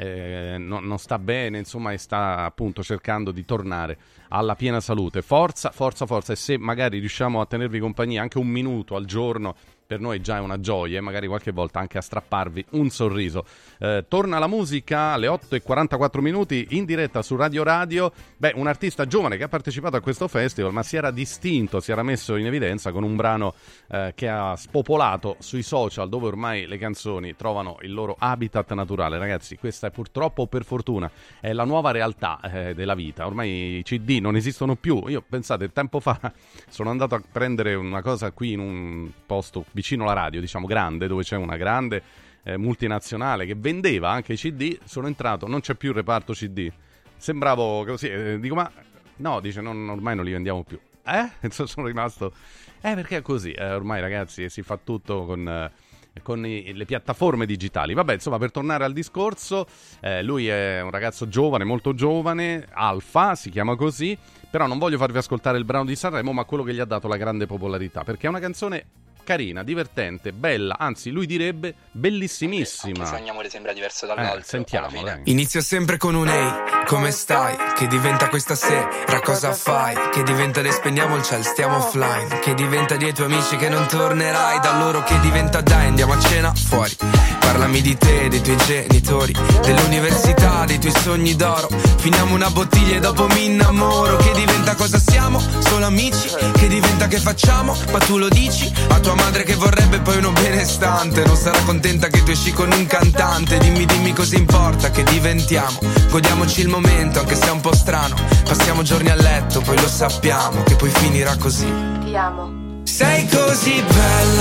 eh, no, non sta bene, insomma, e sta appunto cercando di tornare alla piena salute. Forza, forza, forza, e se magari riusciamo a tenervi compagnia anche un minuto al giorno, per noi già è una gioia, e magari qualche volta anche a strapparvi un sorriso. Eh, torna la musica alle otto e quarantaquattro minuti in diretta su Radio Radio. Beh, un artista giovane che ha partecipato a questo festival, ma si era distinto, si era messo in evidenza con un brano eh, che ha spopolato sui social, dove ormai le canzoni trovano il loro habitat naturale. Ragazzi, questa è purtroppo o per fortuna è la nuova realtà eh, della vita. Ormai i C D non esistono più. Io, pensate, tempo fa sono andato a prendere una cosa qui in un posto vicino alla radio, diciamo grande, dove c'è una grande eh, multinazionale che vendeva anche i C D. Sono entrato, non c'è più il reparto C D. Sembravo così, eh, dico ma no, dice non, ormai non li vendiamo più. Eh? Sono rimasto, eh perché è così, eh, ormai ragazzi si fa tutto con... Eh, con i, le piattaforme digitali. Vabbè, insomma, per tornare al discorso, eh, lui è un ragazzo giovane, molto giovane, Alfa si chiama così, però non voglio farvi ascoltare il brano di Sanremo, ma quello che gli ha dato la grande popolarità, perché è una canzone carina, divertente, bella, anzi lui direbbe bellissimissima. Anche se ogni amore sembra diverso dall'altro. Eh, sentiamo, dai. Inizio sempre con un ehi, come stai? Che diventa questa sera, cosa fai? Che diventa le spegniamo il ciel, stiamo offline. Che diventa dei tuoi amici che non tornerai, da loro che diventa dai, andiamo a cena fuori. Parlami di te, dei tuoi genitori, dell'università, dei tuoi sogni d'oro. Finiamo una bottiglia e dopo mi innamoro. Che diventa cosa siamo? Solo amici? Che diventa che facciamo? Ma tu lo dici? A tua madre che vorrebbe poi uno benestante, non sarà contenta che tu esci con un cantante. Dimmi, dimmi cosa importa che diventiamo. Godiamoci il momento anche se è un po' strano. Passiamo giorni a letto, poi lo sappiamo che poi finirà così. Ti amo. Sei così bella,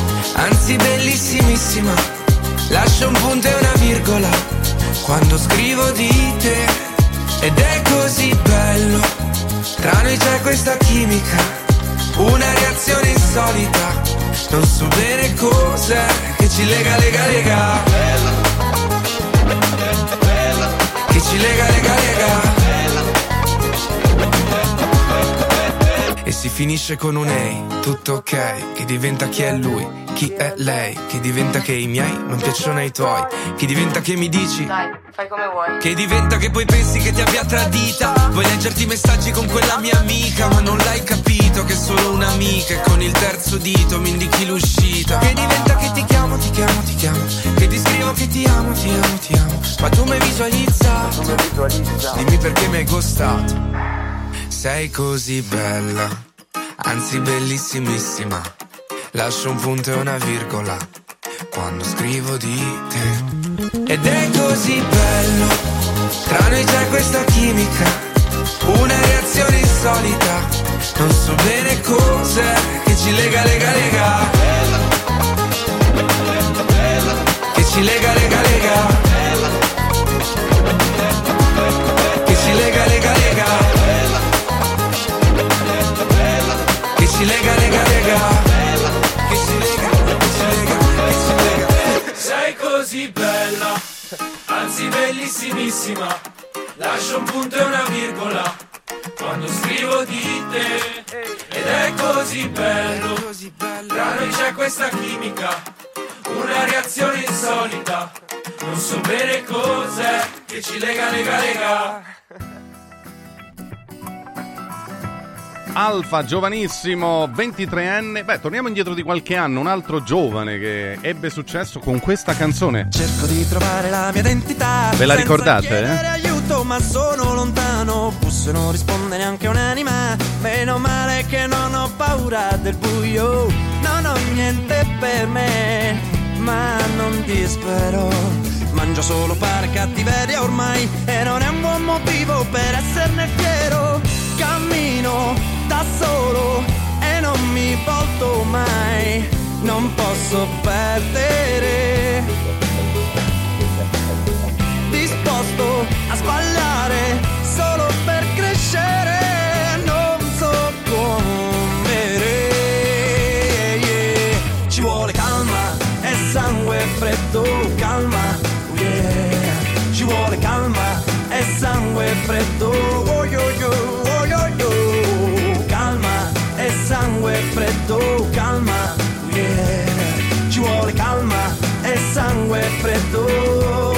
anzi bellissimissima. Lascio un punto e una virgola quando scrivo di te. Ed è così bello, tra noi c'è questa chimica, una reazione insolita. Non so bene cos'è che ci lega, lega, lega. Bella, bella. Che ci lega, lega, lega. E e si finisce con un ehi, tutto ok, che diventa chi è lui, chi è lei, che diventa che i miei non piacciono ai tuoi, che diventa che mi dici dai, fai come vuoi, che diventa che poi pensi che ti abbia tradita, vuoi leggerti i messaggi con quella mia amica, ma non l'hai capito che è solo un'amica e con il terzo dito mi indichi l'uscita, che diventa che ti chiamo, ti chiamo, ti chiamo, che ti scrivo che ti amo, ti amo, ti amo, ma tu mi hai visualizzato, dimmi perché mi hai ghostato. Sei così bella, anzi bellissimissima, lascio un punto e una virgola quando scrivo di te. Ed è così bello, tra noi c'è questa chimica, una reazione insolita, non so bene cos'è che ci lega, lega, lega, che ci lega, lega, lega, che ci lega, lega, lega, che ci lega, lega, lega, che ci lega, che ci lega, che ci lega. sei così bella, anzi bellissimissima, lascio un punto e una virgola quando scrivo di te. Ed è così bello, tra noi c'è questa chimica, una reazione insolita, non so bene cos'è che ci lega, lega, lega. Alfa, giovanissimo, ventitreenne. Beh, torniamo indietro di qualche anno. Un altro giovane che ebbe successo con questa canzone. Cerco di trovare la mia identità. Ve la ricordate? Senza eh? aiuto, ma sono lontano. Busso e non risponde neanche un'anima. Meno male che non ho paura del buio. Non ho niente per me, ma non dispero. Mangio solo fare cattiveria ormai, e non è un buon motivo per esserne fiero. Cammino da solo e non mi volto mai, non posso perdere. Disposto a sbagliare solo per crescere, non so come. Yeah. Ci vuole calma e sangue freddo, calma, yeah. Ci vuole calma e sangue freddo, oh yo yo. Sangue freddo, calma, yeah. Ci vuole calma e sangue freddo.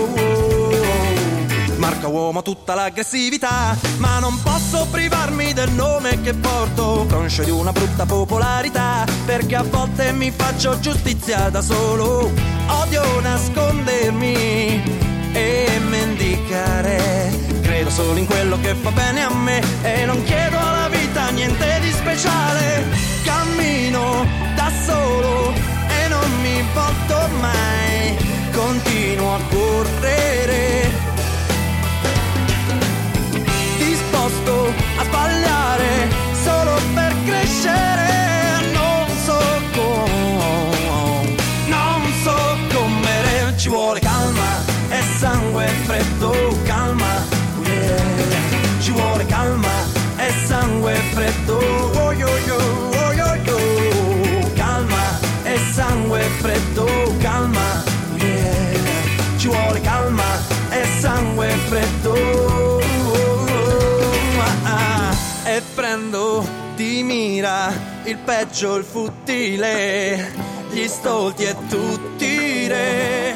Marca uomo tutta l'aggressività, ma non posso privarmi del nome che porto, conscio di una brutta popolarità, perché a volte mi faccio giustizia da solo. Odio nascondermi e mendicare, credo solo in quello che fa bene a me e non chiedo alla vita niente di speciale. Cammino da solo e non mi volto mai, continuo a correre, disposto a sbagliare solo per crescere. Non so come, non so come. Ci vuole calma e sangue freddo, calma, yeah. Ci vuole calma e sangue freddo, oh yo yo, oh yo yo. Calma e sangue freddo, calma, yeah. Ci vuole calma e sangue freddo, oh, oh, ah, ah. E prendo di mira il peggio, il futile, gli stolti e tutti re.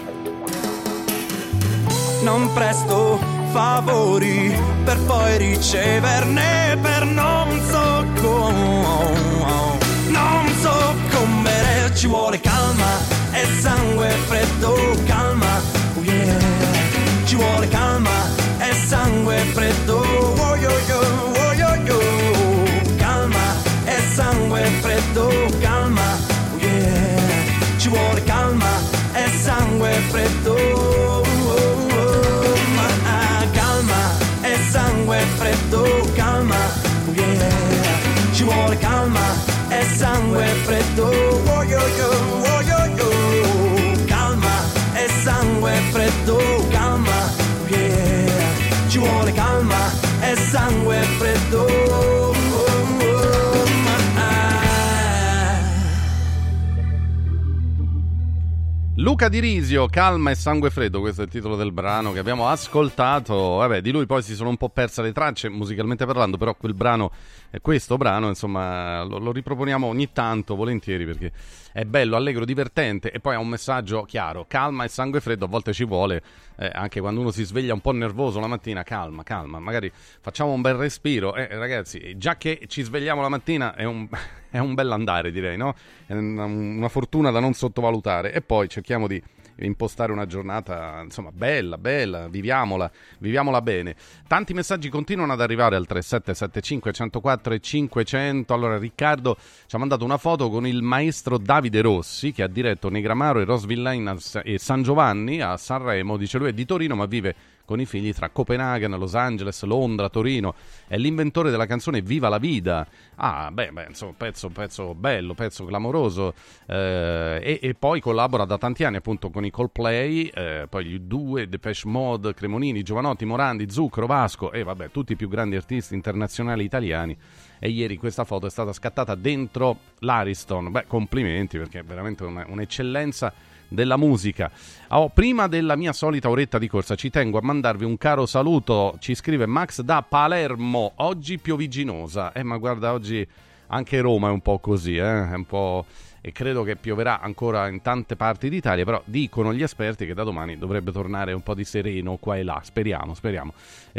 Non presto favori per poi riceverne, per non so come, non so come. Ci vuole calma e sangue freddo, calma, yeah. Ci vuole calma e sangue freddo, oh yo yo, oh yo yo. Calma e sangue freddo, calma, yeah. Ci vuole calma e sangue freddo, oh, oh, ma, ah, calma e sangue freddo, calma, yeah. Ci vuole calma e sangue freddo, oh yo yo, oh yo yo. Calma e sangue freddo, calma, yeah. Ci vuole calma e sangue freddo, oh, oh, ma, ah. Luca Di Risio, Calma e Sangue Freddo, questo è il titolo del brano che abbiamo ascoltato. Vabbè, di lui poi si sono un po' perse le tracce musicalmente parlando, però quel brano, questo brano, insomma, lo, lo riproponiamo ogni tanto, volentieri, perché è bello, allegro, divertente e poi ha un messaggio chiaro. Calma e sangue freddo, a volte ci vuole, eh, anche quando uno si sveglia un po' nervoso la mattina, calma, calma, magari facciamo un bel respiro. Eh, ragazzi, già che ci svegliamo la mattina è un... è un bell'andare, direi, no? È una, una fortuna da non sottovalutare. E poi cerchiamo di impostare una giornata, insomma, bella, bella, viviamola, viviamola bene. Tanti messaggi continuano ad arrivare al tre sette sette cinque uno zero quattro e cinquecento. Allora, Riccardo ci ha mandato una foto con il maestro Davide Rossi, che ha diretto Negramaro e Rosville e San Giovanni a Sanremo. Dice, lui è di Torino, ma vive con i figli tra Copenaghen, Los Angeles, Londra, Torino. È l'inventore della canzone Viva la Vida. Ah, beh, beh insomma, pezzo, pezzo bello, pezzo clamoroso. Eh, e, e poi collabora da tanti anni appunto con i Coldplay, eh, poi gli U due, Depeche Mode, Cremonini, Giovanotti, Morandi, Zucchero, Vasco e vabbè, tutti i più grandi artisti internazionali italiani. E ieri questa foto è stata scattata dentro l'Ariston. Beh, complimenti, perché è veramente una, un'eccellenza della musica. Oh, prima della mia solita oretta di corsa ci tengo a mandarvi un caro saluto. Ci scrive Max da Palermo, oggi pioviginosa. Eh ma guarda, oggi anche Roma è un po' così, eh? È un po'... e credo che pioverà ancora in tante parti d'Italia, però dicono gli esperti che da domani dovrebbe tornare un po' di sereno qua e là, speriamo, speriamo.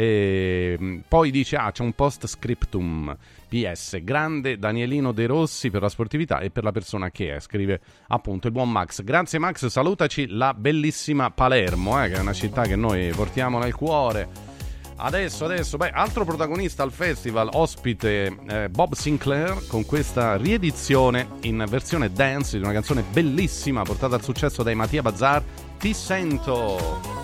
E poi dice, ah, c'è un post scriptum, P S, grande Danielino De Rossi per la sportività e per la persona che è, scrive appunto il buon Max. Grazie Max, salutaci la bellissima Palermo, eh, che è una città che noi portiamo nel cuore. Adesso, adesso, beh, altro protagonista al festival, ospite eh, Bob Sinclair con questa riedizione in versione dance di una canzone bellissima portata al successo dai Mattia Bazar, Ti sento.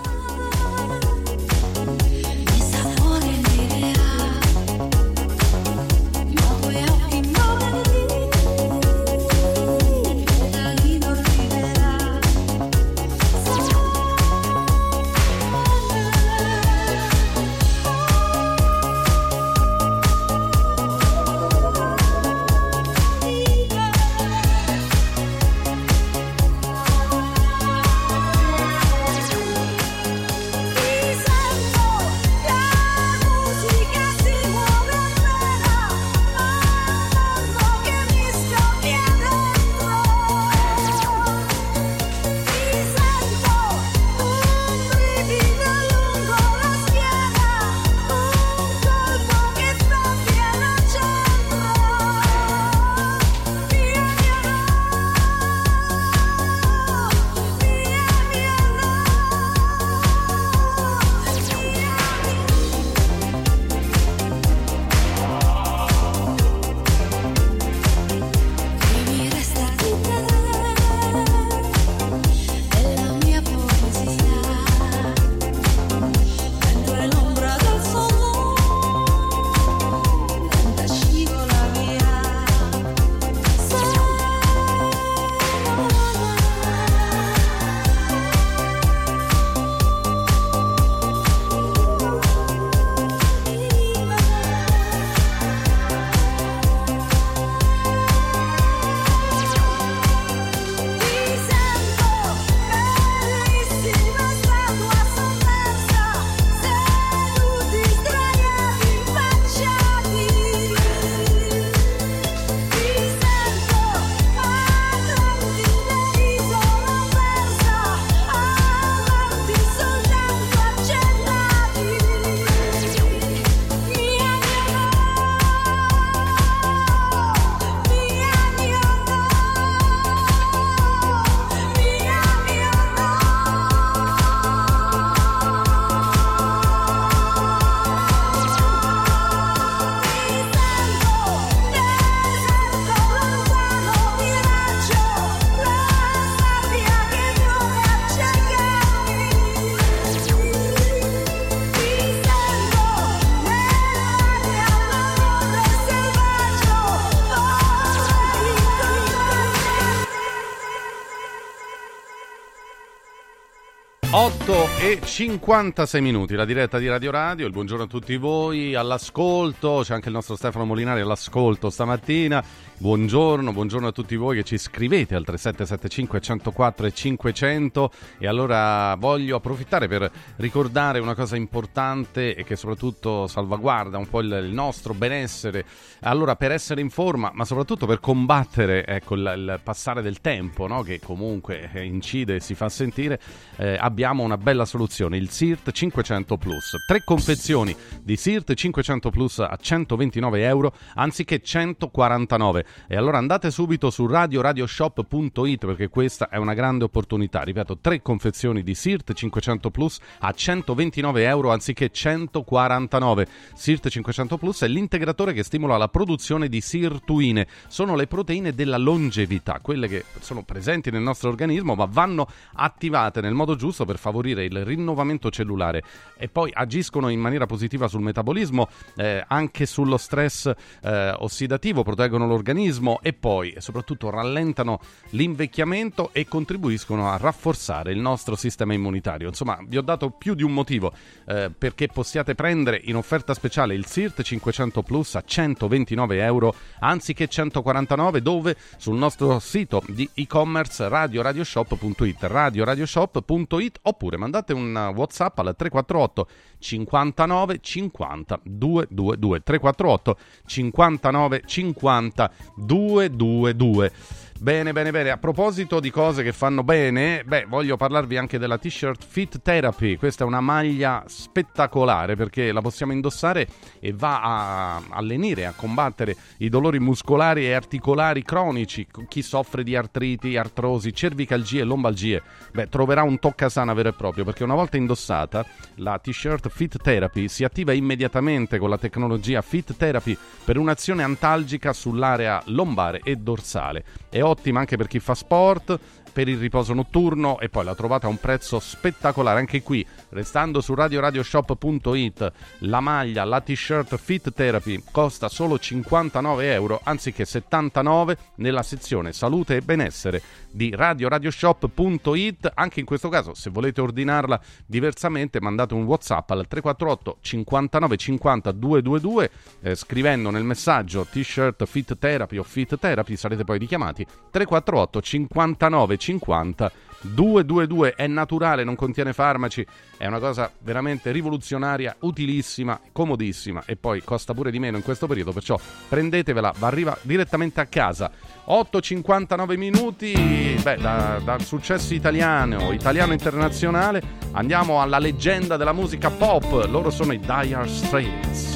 otto e cinquantasei minuti, la diretta di Radio Radio, il buongiorno a tutti voi all'ascolto, c'è anche il nostro Stefano Molinari all'ascolto stamattina, buongiorno, buongiorno a tutti voi che ci scrivete al tre sette sette cinque uno zero quattro e cinquecento e allora voglio approfittare per ricordare una cosa importante e che soprattutto salvaguarda un po' il, il nostro benessere, allora per essere in forma ma soprattutto per combattere ecco, il, il passare del tempo, no? Che comunque incide e si fa sentire, eh, abbiamo una bella soluzione, il S I R T cinquecento Plus. Tre confezioni di S I R T cinquecento Plus a centoventinove euro anziché centoquarantanove. E allora andate subito su radio radio shop punto it perché questa è una grande opportunità. Ripeto, tre confezioni di S I R T cinquecento Plus a centoventinove euro anziché centoquarantanove. S I R T cinquecento Plus è l'integratore che stimola la produzione di sirtuine. Sono le proteine della longevità, quelle che sono presenti nel nostro organismo ma vanno attivate nel modo giusto per favorire il rinnovamento cellulare e poi agiscono in maniera positiva sul metabolismo, eh, anche sullo stress eh, ossidativo, proteggono l'organismo e poi e soprattutto rallentano l'invecchiamento e contribuiscono a rafforzare il nostro sistema immunitario. Insomma, vi ho dato più di un motivo eh, perché possiate prendere in offerta speciale il S I R T cinquecento Plus a centoventinove euro anziché centoquarantanove, dove sul nostro sito di e-commerce radio radio shop punto it, radio radio shop punto it, oppure mandate un WhatsApp al tre quattro otto cinquantanove cinquanta duecentoventidue, tre quattro otto cinquantanove cinquanta duecentoventidue. Bene, bene, bene. A proposito di cose che fanno bene, beh, voglio parlarvi anche della t-shirt Fit Therapy. Questa è una maglia spettacolare perché la possiamo indossare e va a, a lenire, a combattere i dolori muscolari e articolari cronici. Chi soffre di artriti, artrosi, cervicalgie e lombalgie, beh, troverà un toccasana vero e proprio perché una volta indossata la t-shirt Fit Therapy si attiva immediatamente con la tecnologia Fit Therapy per un'azione antalgica sull'area lombare e dorsale. È ottima anche per chi fa sport, per il riposo notturno e poi la trovate a un prezzo spettacolare anche qui, restando su radio radio shop punto it. La maglia, la t-shirt Fit Therapy costa solo cinquantanove euro anziché settantanove nella sezione salute e benessere di radio radio shop punto it. Anche in questo caso, se volete ordinarla diversamente, mandate un WhatsApp al tre quattro otto cinquantanove cinquanta duecentoventidue eh, scrivendo nel messaggio t-shirt Fit Therapy o Fit Therapy, sarete poi richiamati. Tre quattro otto cinquantanove cinquanta duecentoventidue. È naturale, non contiene farmaci, è una cosa veramente rivoluzionaria, utilissima, comodissima e poi costa pure di meno in questo periodo, perciò prendetevela, va arriva direttamente a casa. Otto e cinquantanove minuti, beh, da, dal successo italiano, italiano internazionale, andiamo alla leggenda della musica pop, loro sono i Dire Straits.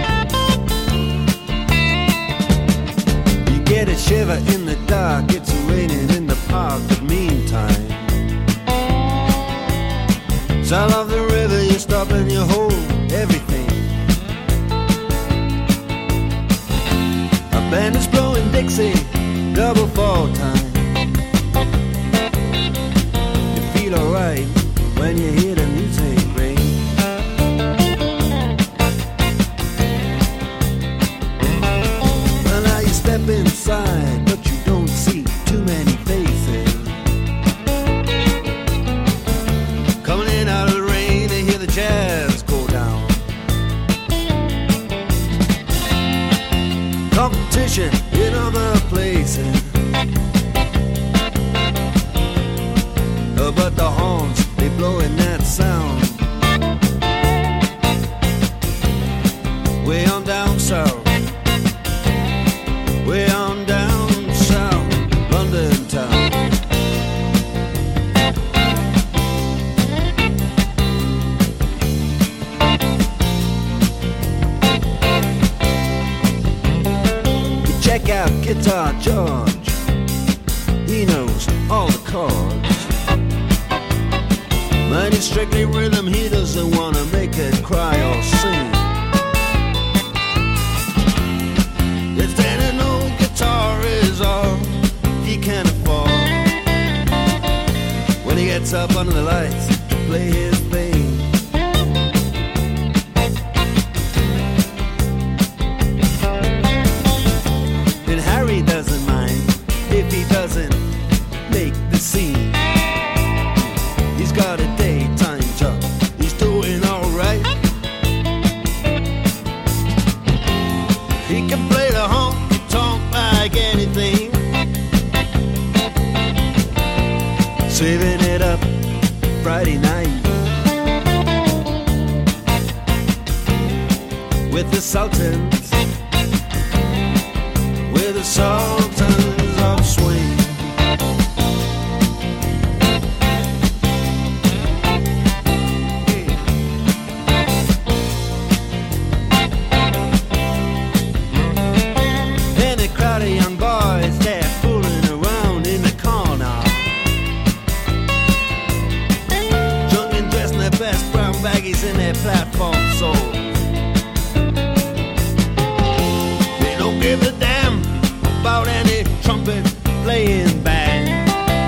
Get a shiver in the dark, it's raining in the park, but meantime sound of the river, you stop and you hold everything. A band is blowing Dixie, double fall time. You feel alright when you hear the music ring. Well, now you step inside, but you don't see too many faces. Coming in out of the rain to hear the jazz go down. Competition in other places, uh, but the horns, they blowing that sound. Way on down south, way on down south, London town. You check out Guitar George, he knows all the chords. But it's strictly rhythm, he doesn't wanna make it cry or sing. If then an old guitar is all he can afford, when he gets up under the lights to play his thing. And Harry doesn't mind if he doesn't make the scene. He's got a date a honky tonk like anything. Saving it up Friday night with the Sultans, with the Sultans of Swing. And a crowd of young boys, they're fooling around in the corner, drunk and dressed in their best brown baggies in their platform soles. Give a damn about any trumpet playing band.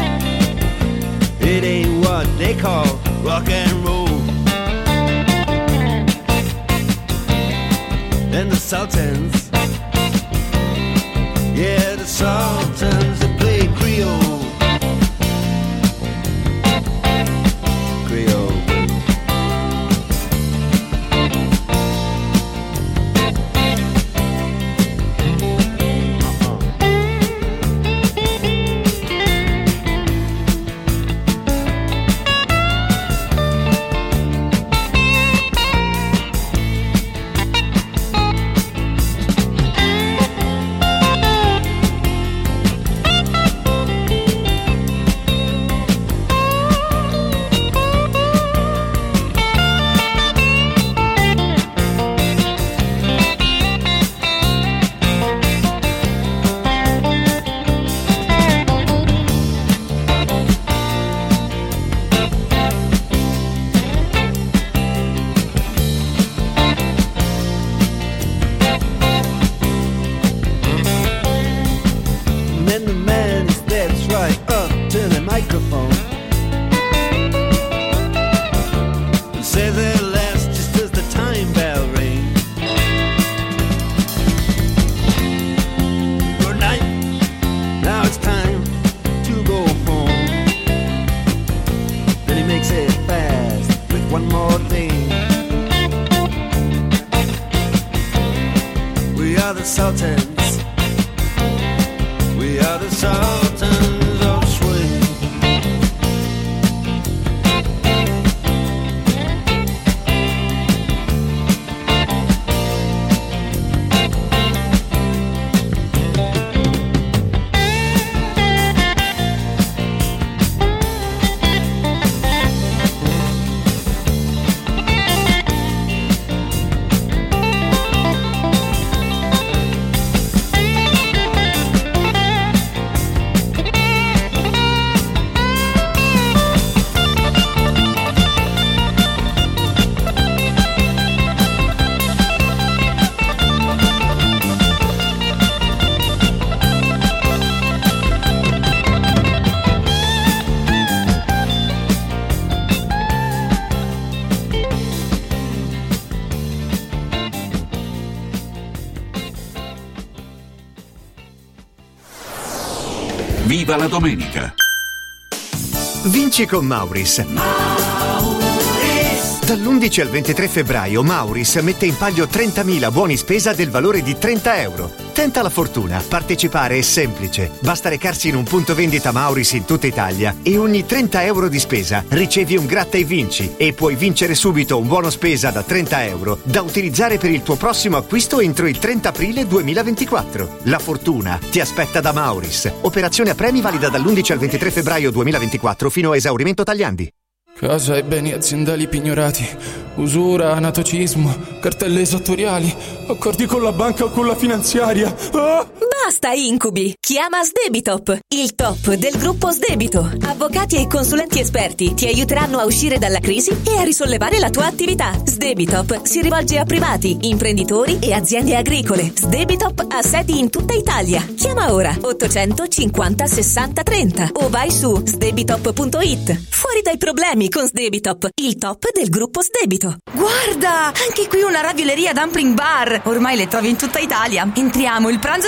It ain't what they call rock and roll. And the Sultans, yeah, the Sultans, they play Creole. Creole. Viva la domenica! Vinci con Mauris. Dall'undici al ventitré febbraio Mauris mette in palio trentamila buoni spesa del valore di trenta euro. Tenta la fortuna, partecipare è semplice. Basta recarsi in un punto vendita Mauris in tutta Italia e ogni trenta euro di spesa ricevi un gratta e vinci e puoi vincere subito un buono spesa da trenta euro da utilizzare per il tuo prossimo acquisto entro il trenta aprile duemilaventiquattro. La fortuna ti aspetta da Mauris. Operazione a premi valida dall'undici al ventitré febbraio duemilaventiquattro fino a esaurimento tagliandi. Casa e beni aziendali pignorati, usura, anatocismo, cartelle esattoriali, accordi con la banca o con la finanziaria. Ah! Basta incubi! Chiama Sdebitop, il top del gruppo Sdebito. Avvocati e consulenti esperti ti aiuteranno a uscire dalla crisi e a risollevare la tua attività. Sdebitop si rivolge a privati, imprenditori e aziende agricole. Sdebitop ha sedi in tutta Italia. Chiama ora ottocentocinquanta sessanta trenta o vai su sdebitop punto it. Fuori dai problemi con Sdebitop, il top del gruppo Sdebito. Guarda, anche qui una ravioleria dumpling bar. Ormai le trovi in tutta Italia. Entriamo, il pranzo è servito.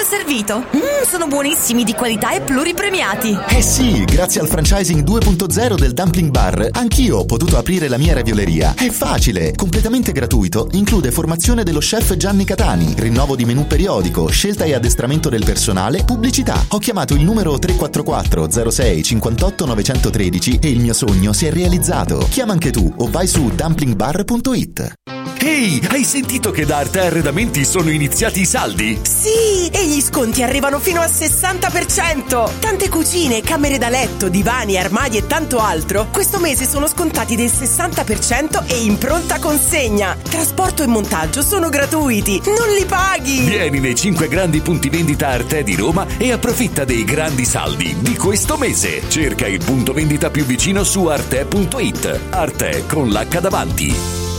Debito. Mmm, sono buonissimi, di qualità e pluripremiati. Eh sì, grazie al franchising due punto zero del Dumpling Bar, anch'io ho potuto aprire la mia ravioleria. È facile, completamente gratuito, include formazione dello chef Gianni Catani, rinnovo di menù periodico, scelta e addestramento del personale, pubblicità. Ho chiamato il numero tre quattro quattro zero sei cinquantotto novecentotredici e il mio sogno si è realizzato. Chiama anche tu o vai su dumpling bar punto it. Ehi, hai sentito che da Arte Arredamenti sono iniziati i saldi? Sì, e gli sconti arrivano fino al sessanta per cento. Tante cucine, camere da letto, divani, armadi e tanto altro questo mese sono scontati del sessanta per cento e in pronta consegna. Trasporto e montaggio sono gratuiti, non li paghi. Vieni nei cinque grandi punti vendita Arte di Roma e approfitta dei grandi saldi di questo mese. Cerca il punto vendita più vicino su arte punto it. Arte con l'H davanti.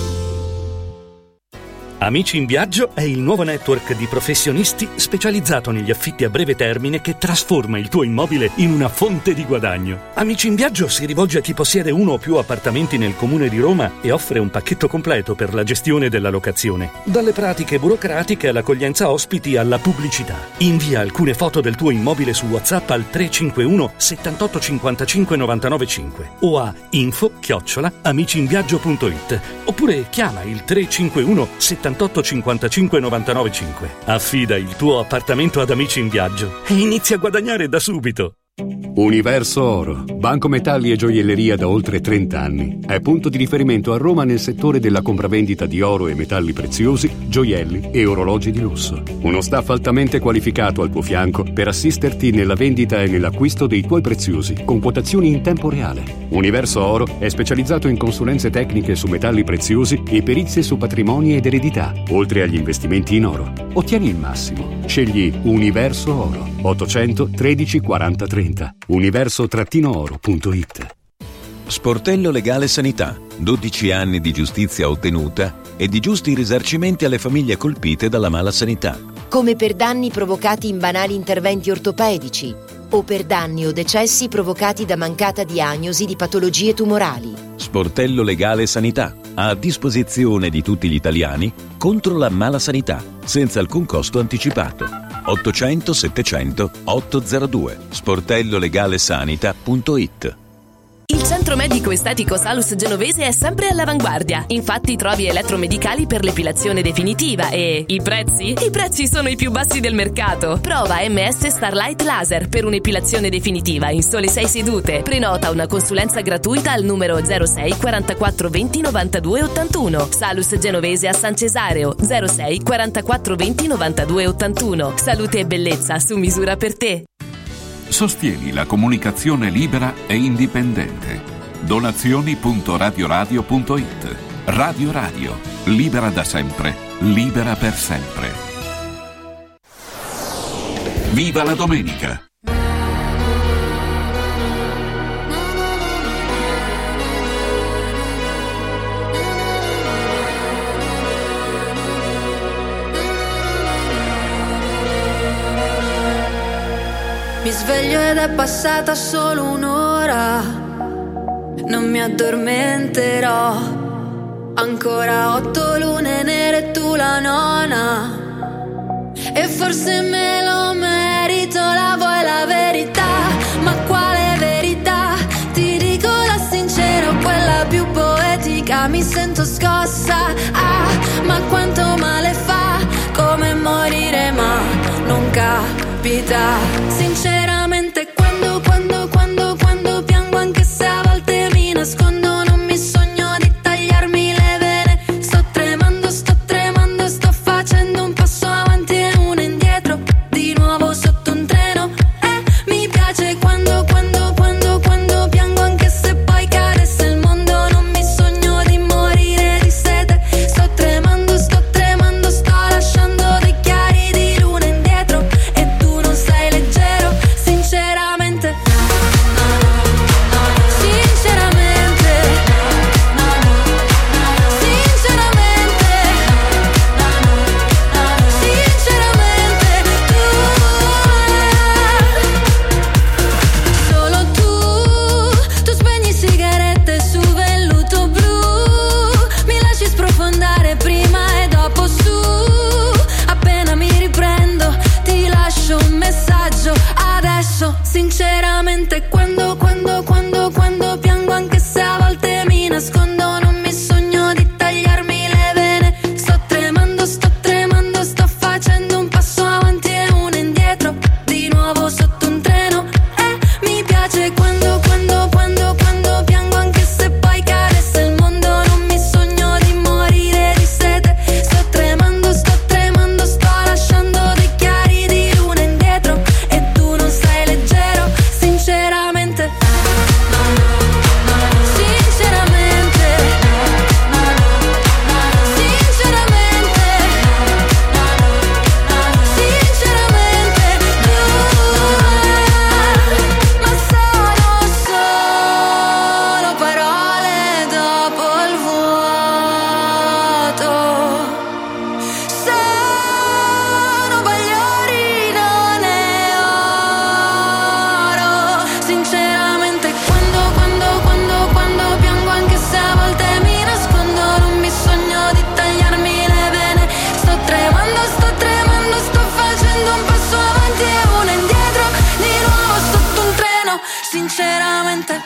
Amici in Viaggio è il nuovo network di professionisti specializzato negli affitti a breve termine che trasforma il tuo immobile in una fonte di guadagno. Amici in Viaggio si rivolge a chi possiede uno o più appartamenti nel comune di Roma e offre un pacchetto completo per la gestione della locazione. Dalle pratiche burocratiche all'accoglienza ospiti alla pubblicità. Invia alcune foto del tuo immobile su WhatsApp al tre cinque uno settantotto cinquantacinque novantanove cinque o a info chiocciola amicinviaggio punto it oppure chiama il tre cinque uno settantotto cinquantacinque novantanove cinque. Affida il tuo appartamento ad Amici in Viaggio e inizia a guadagnare da subito. Universo Oro, banco metalli e gioielleria da oltre trenta anni. È punto di riferimento a Roma nel settore della compravendita di oro e metalli preziosi, gioielli e orologi di lusso. Uno staff altamente qualificato al tuo fianco per assisterti nella vendita e nell'acquisto dei tuoi preziosi, con quotazioni in tempo reale. Universo Oro è specializzato in consulenze tecniche su metalli preziosi e perizie su patrimoni ed eredità, oltre agli investimenti in oro. Ottieni il massimo. Scegli Universo Oro. ottocento tredici quaranta trenta. universo oro punto it. Sportello Legale Sanità. dodici anni di giustizia ottenuta e di giusti risarcimenti alle famiglie colpite dalla mala sanità. Come per danni provocati in banali interventi ortopedici o per danni o decessi provocati da mancata diagnosi di patologie tumorali. Sportello Legale Sanità. A disposizione di tutti gli italiani contro la mala sanità, senza alcun costo anticipato. ottocento settecento ottocentodue. sportello legale sanità punto it. Il centro medico estetico Salus Genovese è sempre all'avanguardia. Infatti trovi elettromedicali per l'epilazione definitiva e i prezzi? I prezzi sono i più bassi del mercato. Prova M S Starlight Laser per un'epilazione definitiva in sole sei sedute. Prenota una consulenza gratuita al numero zero sei quarantaquattro venti novantadue ottantuno. Salus Genovese a San Cesareo zero sei quarantaquattro venti novantadue ottantuno. Salute e bellezza su misura per te. Sostieni la comunicazione libera e indipendente. Donazioni punto radioradio punto it. Radio Radio, libera da sempre, libera per sempre. Viva la domenica! Mi sveglio ed è passata solo un'ora, non mi addormenterò. Ancora otto lune nere e tu la nona, e forse me lo merito. La vuoi la verità? Ma quale verità? Ti dico la sincera o quella più poetica. Mi sento scossa, ah, ma quanto male fa, come morire ma non capita. Sinceramente quando, quando, quando, quando piango, anche se a volte mi nascondo, non mi sogno di tagliarmi le vene. Sto tremando, sto tremando, sto facendo un passo avanti e uno indietro, di nuovo sotto un treno. E mi piace quando, quando, quando, quando piango, anche se poi cadesse il mondo, non mi sogno di morire di sete. Sto tremando, sto tremando, sto lasciando dei chiari di luna indietro, e tu non sei leggero. Sinceramente, sinceramente, sinceramente,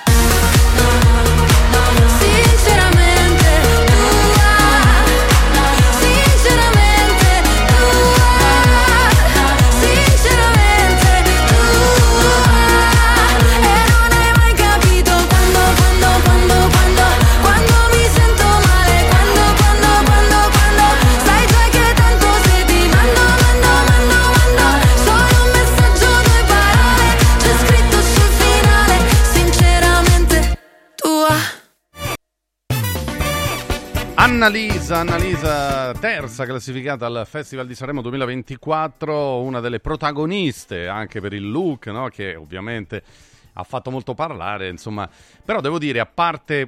sinceramente tua, sinceramente tua, sinceramente tua. E non hai mai capito quando, quando, quando, quando, quando mi sento male, quando, quando, quando, quando, sai già che tanto se ti mando, mando, mando, mando, solo un messaggio, due parole, c'è scritto sul finale, sinceramente tua. Annalisa, Annalisa terza classificata al Festival di Sanremo duemilaventiquattro, una delle protagoniste anche per il look, no? Che ovviamente ha fatto molto parlare, insomma, però devo dire, a parte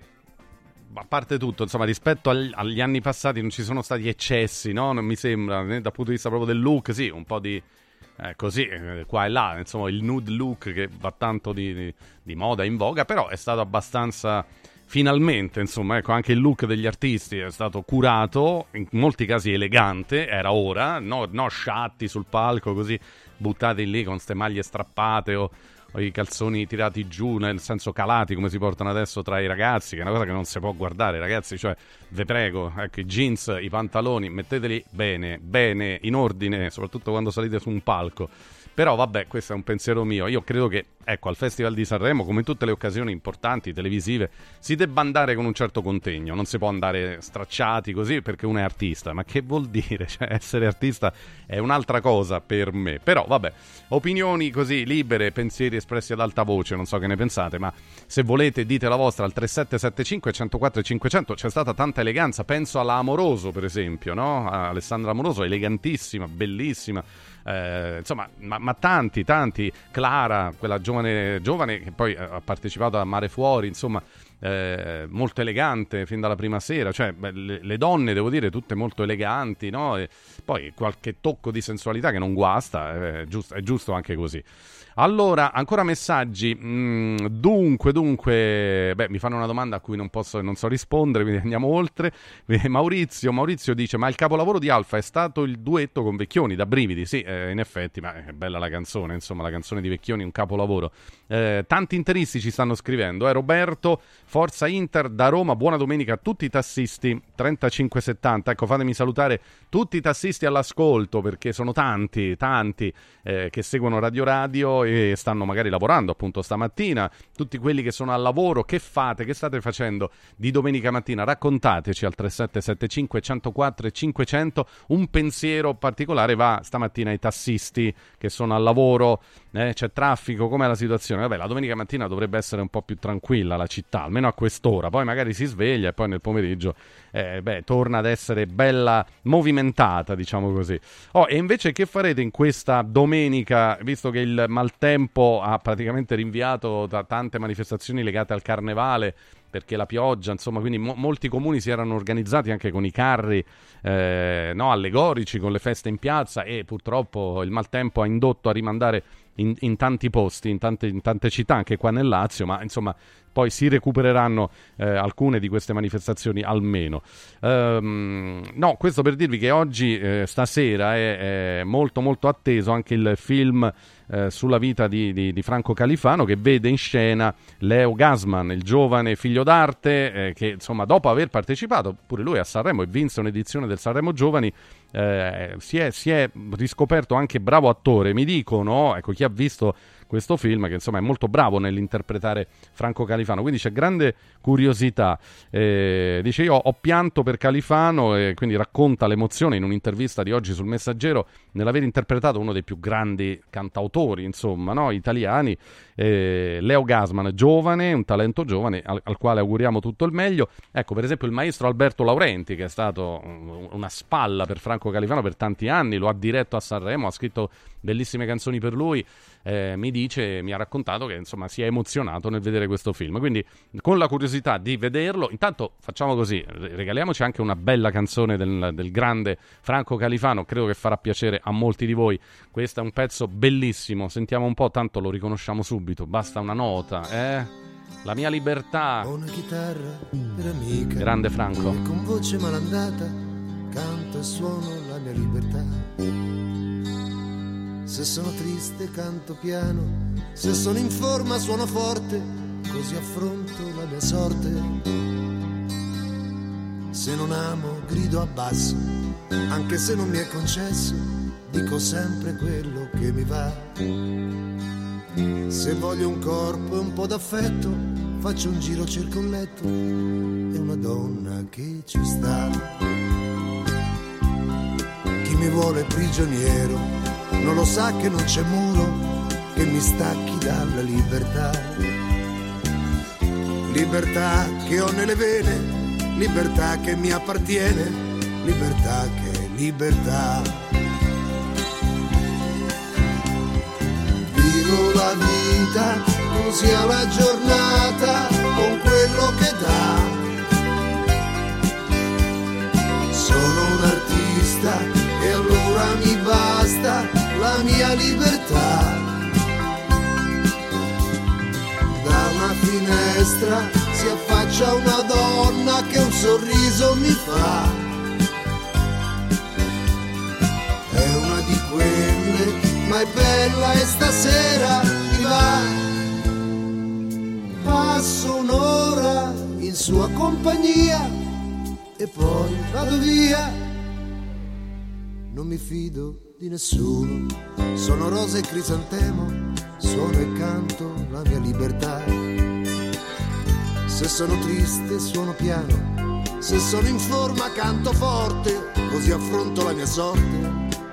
a parte tutto, insomma, rispetto agli, agli anni passati non ci sono stati eccessi, no? Non mi sembra, né dal punto di vista proprio del look, sì, un po' di eh, così, eh, qua e là, insomma, il nude look che va tanto di, di, di moda, in voga, però è stato abbastanza, finalmente, insomma, ecco, anche il look degli artisti è stato curato, in molti casi elegante, era ora, no, no sciatti sul palco così buttati lì con ste maglie strappate o, o i calzoni tirati giù, nel senso calati come si portano adesso tra i ragazzi, che è una cosa che non si può guardare, ragazzi, cioè, ve prego, ecco, i jeans, i pantaloni, metteteli bene, bene, in ordine, soprattutto quando salite su un palco. Però vabbè, questo è un pensiero mio. Io credo che, ecco, al Festival di Sanremo, come in tutte le occasioni importanti televisive, si debba andare con un certo contegno. Non si può andare stracciati così perché uno è artista. Ma che vuol dire? Cioè, essere artista è un'altra cosa per me. Però vabbè, opinioni così libere, pensieri espressi ad alta voce, non so che ne pensate, ma se volete dite la vostra al tre sette sette cinque uno zero quattro cinquecento. C'è stata tanta eleganza, penso alla Amoroso per esempio, no? Alessandra Amoroso, elegantissima, bellissima. Eh, insomma, ma, ma tanti, tanti, Clara, quella giovane, giovane che poi ha partecipato a Mare Fuori, insomma, eh, molto elegante fin dalla prima sera, cioè beh, le, le donne, devo dire, tutte molto eleganti, no? E poi qualche tocco di sensualità che non guasta, è giusto, è giusto anche così. Allora, ancora messaggi. Mm, dunque, dunque, beh, mi fanno una domanda a cui non posso, non so rispondere, quindi andiamo oltre. Maurizio, Maurizio dice: ma il capolavoro di Alfa è stato il duetto con Vecchioni, da brividi? Sì, eh, in effetti, ma è bella la canzone, insomma, la canzone di Vecchioni, un capolavoro. Eh, tanti interisti ci stanno scrivendo, eh, Roberto, Forza Inter da Roma, buona domenica a tutti i tassisti, trentacinque settanta, ecco, fatemi salutare tutti i tassisti all'ascolto, perché sono tanti, tanti eh, che seguono Radio Radio e stanno magari lavorando appunto stamattina, tutti quelli che sono al lavoro, che fate, che state facendo di domenica mattina? Raccontateci al tre sette sette cinque uno zero quattro cinquecento. Un pensiero particolare va stamattina ai tassisti che sono al lavoro, eh, c'è traffico, com'è la situazione? Vabbè, la domenica mattina dovrebbe essere un po' più tranquilla la città, almeno a quest'ora, poi magari si sveglia e poi nel pomeriggio eh, beh, torna ad essere bella movimentata, diciamo così. Oh, e invece che farete in questa domenica, visto che il maltempo ha praticamente rinviato da tante manifestazioni legate al carnevale, perché la pioggia, insomma, quindi mo- molti comuni si erano organizzati anche con i carri eh, no, allegorici, con le feste in piazza, e purtroppo il maltempo ha indotto a rimandare in, in tanti posti, in tante, in tante città, anche qua nel Lazio, ma insomma poi si recupereranno eh, alcune di queste manifestazioni almeno. Um, no, questo per dirvi che oggi, eh, stasera, è, è molto molto atteso anche il film eh, sulla vita di, di, di Franco Califano, che vede in scena Leo Gassman, il giovane figlio d'arte, eh, che insomma dopo aver partecipato pure lui a Sanremo e vinse un'edizione del Sanremo Giovani, eh, si, è, si è riscoperto anche bravo attore. Mi dicono, ecco, chi ha visto questo film, che insomma è molto bravo nell'interpretare Franco Califano, quindi c'è grande curiosità. Eh, dice: io ho pianto per Califano, e quindi racconta l'emozione in un'intervista di oggi sul Messaggero nell'aver interpretato uno dei più grandi cantautori, insomma, no, italiani, eh, Leo Gassman, giovane, un talento giovane al, al quale auguriamo tutto il meglio. Ecco, per esempio il maestro Alberto Laurenti, che è stato una spalla per Franco Califano per tanti anni, lo ha diretto a Sanremo, ha scritto bellissime canzoni per lui, eh, mi dice, mi ha raccontato che insomma si è emozionato nel vedere questo film, quindi con la curiosità di vederlo, intanto facciamo così, regaliamoci anche una bella canzone del, del grande Franco Califano, credo che farà piacere a molti di voi. Questo è un pezzo bellissimo, sentiamo un po', tanto lo riconosciamo subito, basta una nota, eh? La mia libertà. Ho una chitarra per amica, grande Franco, e con voce malandata canto e suono la mia libertà. Se sono triste canto piano, se sono in forma suono forte, così affronto la mia sorte. Se non amo grido a basso, anche se non mi è concesso, dico sempre quello che mi va. Se voglio un corpo e un po' d'affetto, faccio un giro, cerco un letto e una donna che ci sta. Chi mi vuole prigioniero non lo sa che non c'è muro che mi stacchi dalla libertà. Libertà che ho nelle vene, libertà che mi appartiene, libertà che è libertà. Vivo la vita così alla giornata con quello che dà. Sono un artista e allora mi basta la mia libertà. Da una finestra si affaccia una donna che un sorriso mi fa. È una di quelle, ma è bella e stasera mi va. Passo un'ora in sua compagnia e poi vado via. Non mi fido di nessuno, sono rosa e crisantemo, suono e canto la mia libertà. Se sono triste suono piano, se sono in forma canto forte, così affronto la mia sorte.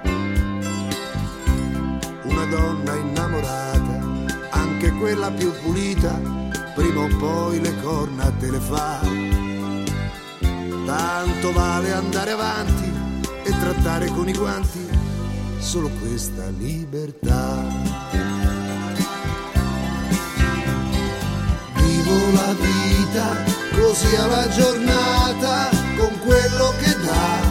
Una donna innamorata, anche quella più pulita, prima o poi le corna te le fa. Tanto vale andare avanti e trattare con i guanti solo questa libertà. Vivo la vita così alla giornata con quello che dà.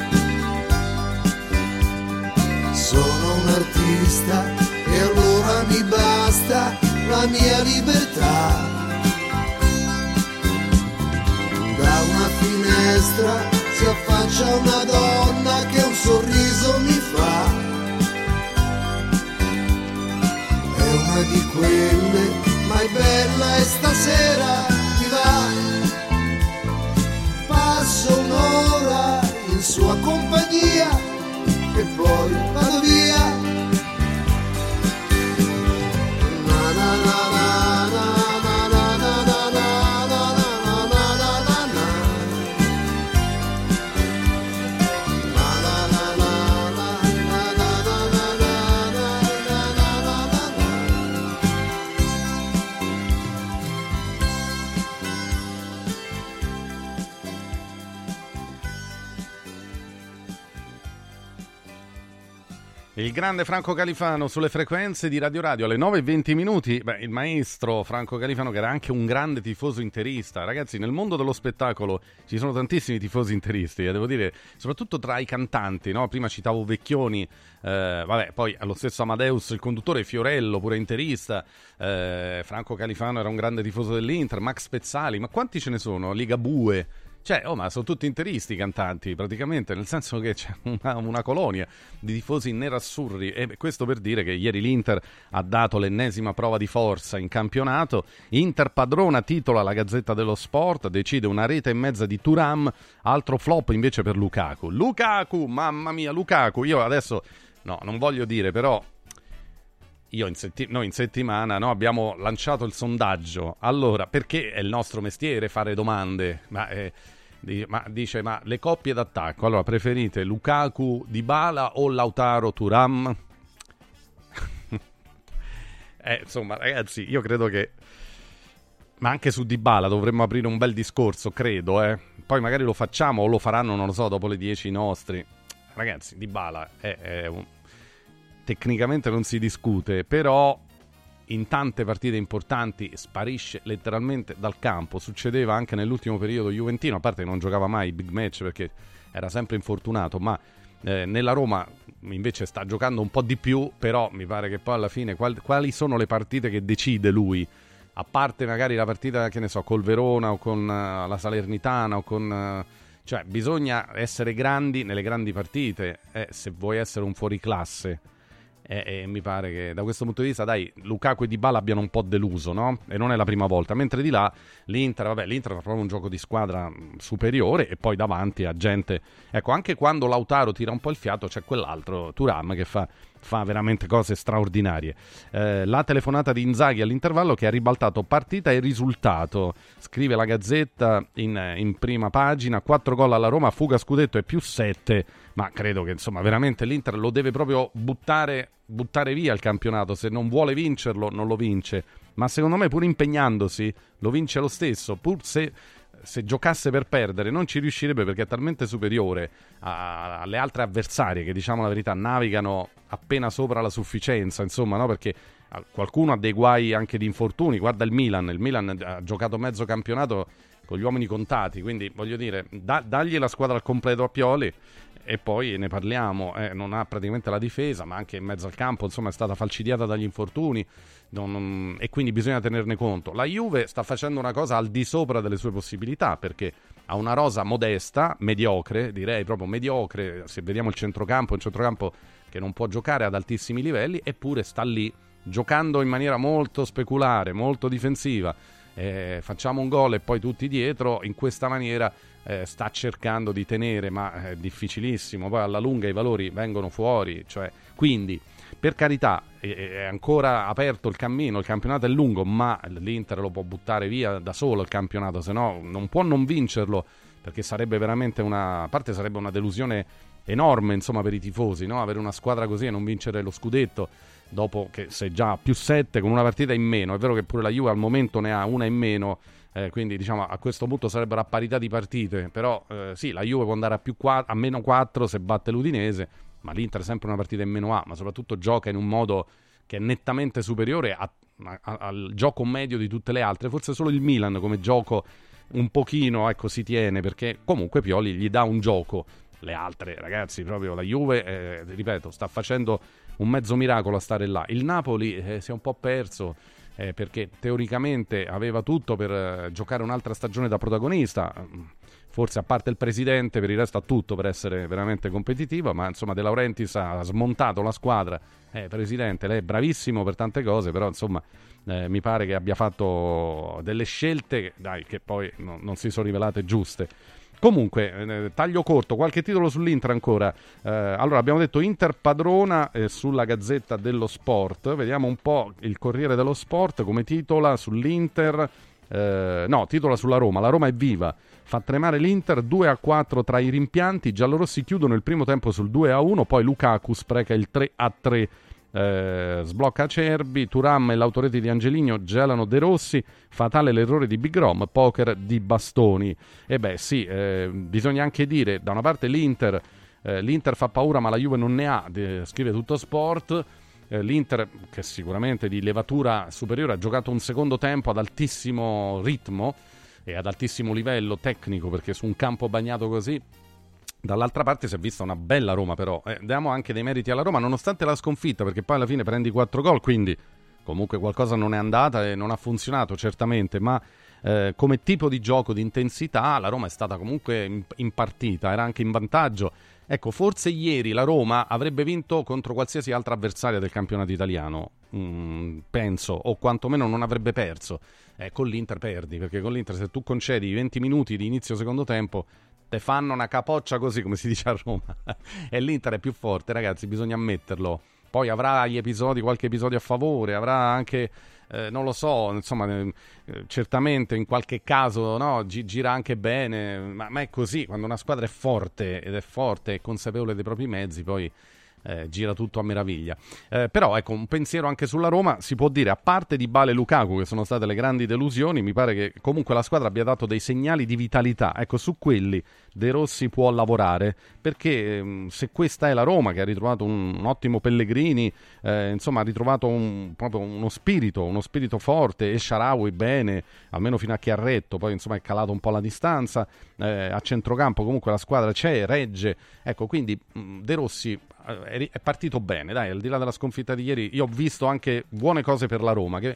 Sono un artista e allora mi basta la mia libertà. Da una finestra si affaccia una donna che un sorriso mi fa. È una di quelle, ma è bella e stasera mi va. Passo un'ora in sua compagnia e poi vado via. Na na na na na. Il grande Franco Califano sulle frequenze di Radio Radio alle nove e venti minuti. Beh, il maestro Franco Califano, che era anche un grande tifoso interista. Ragazzi, nel mondo dello spettacolo ci sono tantissimi tifosi interisti, eh, devo dire, soprattutto tra i cantanti, no? Prima citavo Vecchioni, eh, vabbè, poi allo stesso Amadeus, il conduttore Fiorello, pure interista, eh, Franco Califano era un grande tifoso dell'Inter, Max Pezzali, ma quanti ce ne sono? Ligabue. Cioè, oh, ma sono tutti interisti i cantanti, praticamente, nel senso che c'è una, una colonia di tifosi nerazzurri, e questo per dire che ieri l'Inter ha dato l'ennesima prova di forza in campionato. Inter padrona, titola la Gazzetta dello Sport, decide una rete e mezza di Thuram, altro flop invece per Lukaku. Lukaku, mamma mia, Lukaku, io adesso, no, non voglio dire, però... Io in setti- noi in settimana no, abbiamo lanciato il sondaggio. Allora, perché è il nostro mestiere fare domande? Ma, eh, di- ma dice, ma le coppie d'attacco, allora preferite Lukaku, Dybala o Lautaro Thuram? eh, insomma, ragazzi, io credo che... Ma anche su Dybala dovremmo aprire un bel discorso, credo, eh. Poi magari lo facciamo o lo faranno, non lo so, dopo le dieci nostri. Ragazzi, Dybala è, è un... tecnicamente non si discute, però in tante partite importanti sparisce letteralmente dal campo. Succedeva anche nell'ultimo periodo juventino, a parte che non giocava mai big match perché era sempre infortunato, ma eh, nella Roma invece sta giocando un po' di più, però mi pare che poi alla fine qual- quali sono le partite che decide lui? A parte magari la partita, che ne so, col Verona o con uh, la Salernitana o con... Uh, cioè bisogna essere grandi nelle grandi partite, eh, se vuoi essere un fuoriclasse. E, e mi pare che da questo punto di vista, dai, Lukaku e Dybala abbiano un po' deluso, no? E non è la prima volta, mentre di là l'Inter, vabbè, l'Inter fa proprio un gioco di squadra superiore e poi davanti a gente, ecco, anche quando Lautaro tira un po' il fiato c'è quell'altro Thuram che fa fa veramente cose straordinarie. Eh, la telefonata di Inzaghi all'intervallo che ha ribaltato partita e risultato, scrive la Gazzetta in, in prima pagina, quattro gol alla Roma, fuga scudetto e più sette, ma credo che insomma veramente l'Inter lo deve proprio buttare, buttare via il campionato, se non vuole vincerlo non lo vince, ma secondo me pur impegnandosi lo vince lo stesso, pur se se giocasse per perdere non ci riuscirebbe perché è talmente superiore a, alle altre avversarie che, diciamo la verità, navigano appena sopra la sufficienza, insomma, no? Perché qualcuno ha dei guai anche di infortuni, guarda il Milan, il Milan ha giocato mezzo campionato con gli uomini contati, quindi voglio dire, da, dagli la squadra al completo a Pioli e poi ne parliamo, eh, non ha praticamente la difesa, ma anche in mezzo al campo, insomma, è stata falcidiata dagli infortuni, non, non, e quindi bisogna tenerne conto. La Juve sta facendo una cosa al di sopra delle sue possibilità, perché ha una rosa modesta, mediocre, direi proprio mediocre, se vediamo il centrocampo, un centrocampo che non può giocare ad altissimi livelli, eppure sta lì, giocando in maniera molto speculare, molto difensiva, eh, facciamo un gol e poi tutti dietro, in questa maniera eh, sta cercando di tenere, ma è difficilissimo, poi alla lunga i valori vengono fuori, cioè, quindi per carità è ancora aperto il cammino, il campionato è lungo, ma l'Inter lo può buttare via da solo il campionato, se no non può non vincerlo, perché sarebbe veramente una, a parte sarebbe una delusione enorme, insomma, per i tifosi, no? Avere una squadra così e non vincere lo scudetto dopo che sei già a più sette con una partita in meno. È vero che pure la Juve al momento ne ha una in meno, eh, quindi diciamo a questo punto sarebbero a parità di partite, però eh, sì, la Juve può andare a, più quattro, a meno quattro se batte l'Udinese, ma l'Inter è sempre una partita in meno A, ma soprattutto gioca in un modo che è nettamente superiore a, a, al gioco medio di tutte le altre. Forse solo il Milan come gioco un pochino, ecco, si tiene, perché comunque Pioli gli dà un gioco. Le altre, ragazzi, proprio la Juve, eh, ripeto, sta facendo un mezzo miracolo a stare là. Il Napoli eh, si è un po' perso eh, perché teoricamente aveva tutto per eh, giocare un'altra stagione da protagonista, forse a parte il presidente, per il resto ha tutto per essere veramente competitiva, ma insomma De Laurentiis ha smontato la squadra. Eh, presidente, lei è bravissimo per tante cose, però insomma eh, mi pare che abbia fatto delle scelte dai, che poi no, non si sono rivelate giuste. Comunque, eh, taglio corto, qualche titolo sull'Inter ancora. Eh, allora, abbiamo detto Inter padrona eh, sulla Gazzetta dello Sport. Vediamo un po' il Corriere dello Sport come titola sull'Inter. Eh, no, titola sulla Roma. La Roma è viva. Fa tremare l'Inter, due a quattro tra i rimpianti. I giallorossi chiudono il primo tempo sul due a uno, poi Lukaku spreca il tre a tre. Eh, sblocca Acerbi, Thuram e l'autorete di Angelino gelano De Rossi, fatale l'errore di Big Rom, poker di Bastoni. E beh sì, eh, bisogna anche dire, da una parte l'Inter, eh, l'Inter fa paura ma la Juve non ne ha, de, scrive Tutto Sport. eh, l'Inter, che sicuramente di levatura superiore, ha giocato un secondo tempo ad altissimo ritmo e ad altissimo livello tecnico, perché su un campo bagnato così. Dall'altra parte si è vista una bella Roma, però eh, diamo anche dei meriti alla Roma nonostante la sconfitta, perché poi alla fine prendi quattro gol, quindi comunque qualcosa non è andata e non ha funzionato certamente, ma eh, come tipo di gioco, di intensità, la Roma è stata comunque in, in partita, era anche in vantaggio. Ecco, forse ieri la Roma avrebbe vinto contro qualsiasi altra avversaria del campionato italiano, mm, penso, o quantomeno non avrebbe perso. Eh, con l'Inter perdi, perché con l'Inter se tu concedi venti minuti di inizio secondo tempo te fanno una capoccia così, come si dice a Roma, e l'Inter è più forte, ragazzi, bisogna ammetterlo. Poi avrà gli episodi, qualche episodio a favore, avrà anche, eh, non lo so, insomma, eh, certamente in qualche caso no, gi- gira anche bene, ma, ma è così, quando una squadra è forte ed è forte e consapevole dei propri mezzi, poi Eh, gira tutto a meraviglia. Eh, però ecco, un pensiero anche sulla Roma, si può dire, a parte Dybala e Lukaku che sono state le grandi delusioni, mi pare che comunque la squadra abbia dato dei segnali di vitalità. Ecco, su quelli De Rossi può lavorare, perché ehm, se questa è la Roma che ha ritrovato un, un ottimo Pellegrini, eh, insomma ha ritrovato un, proprio uno spirito, uno spirito forte, e Shaarawy bene, almeno fino a che ha retto, poi insomma è calato un po' la distanza, eh, a centrocampo comunque la squadra c'è, regge, ecco, quindi mh, De Rossi è partito bene, dai, al di là della sconfitta di ieri io ho visto anche buone cose per la Roma, che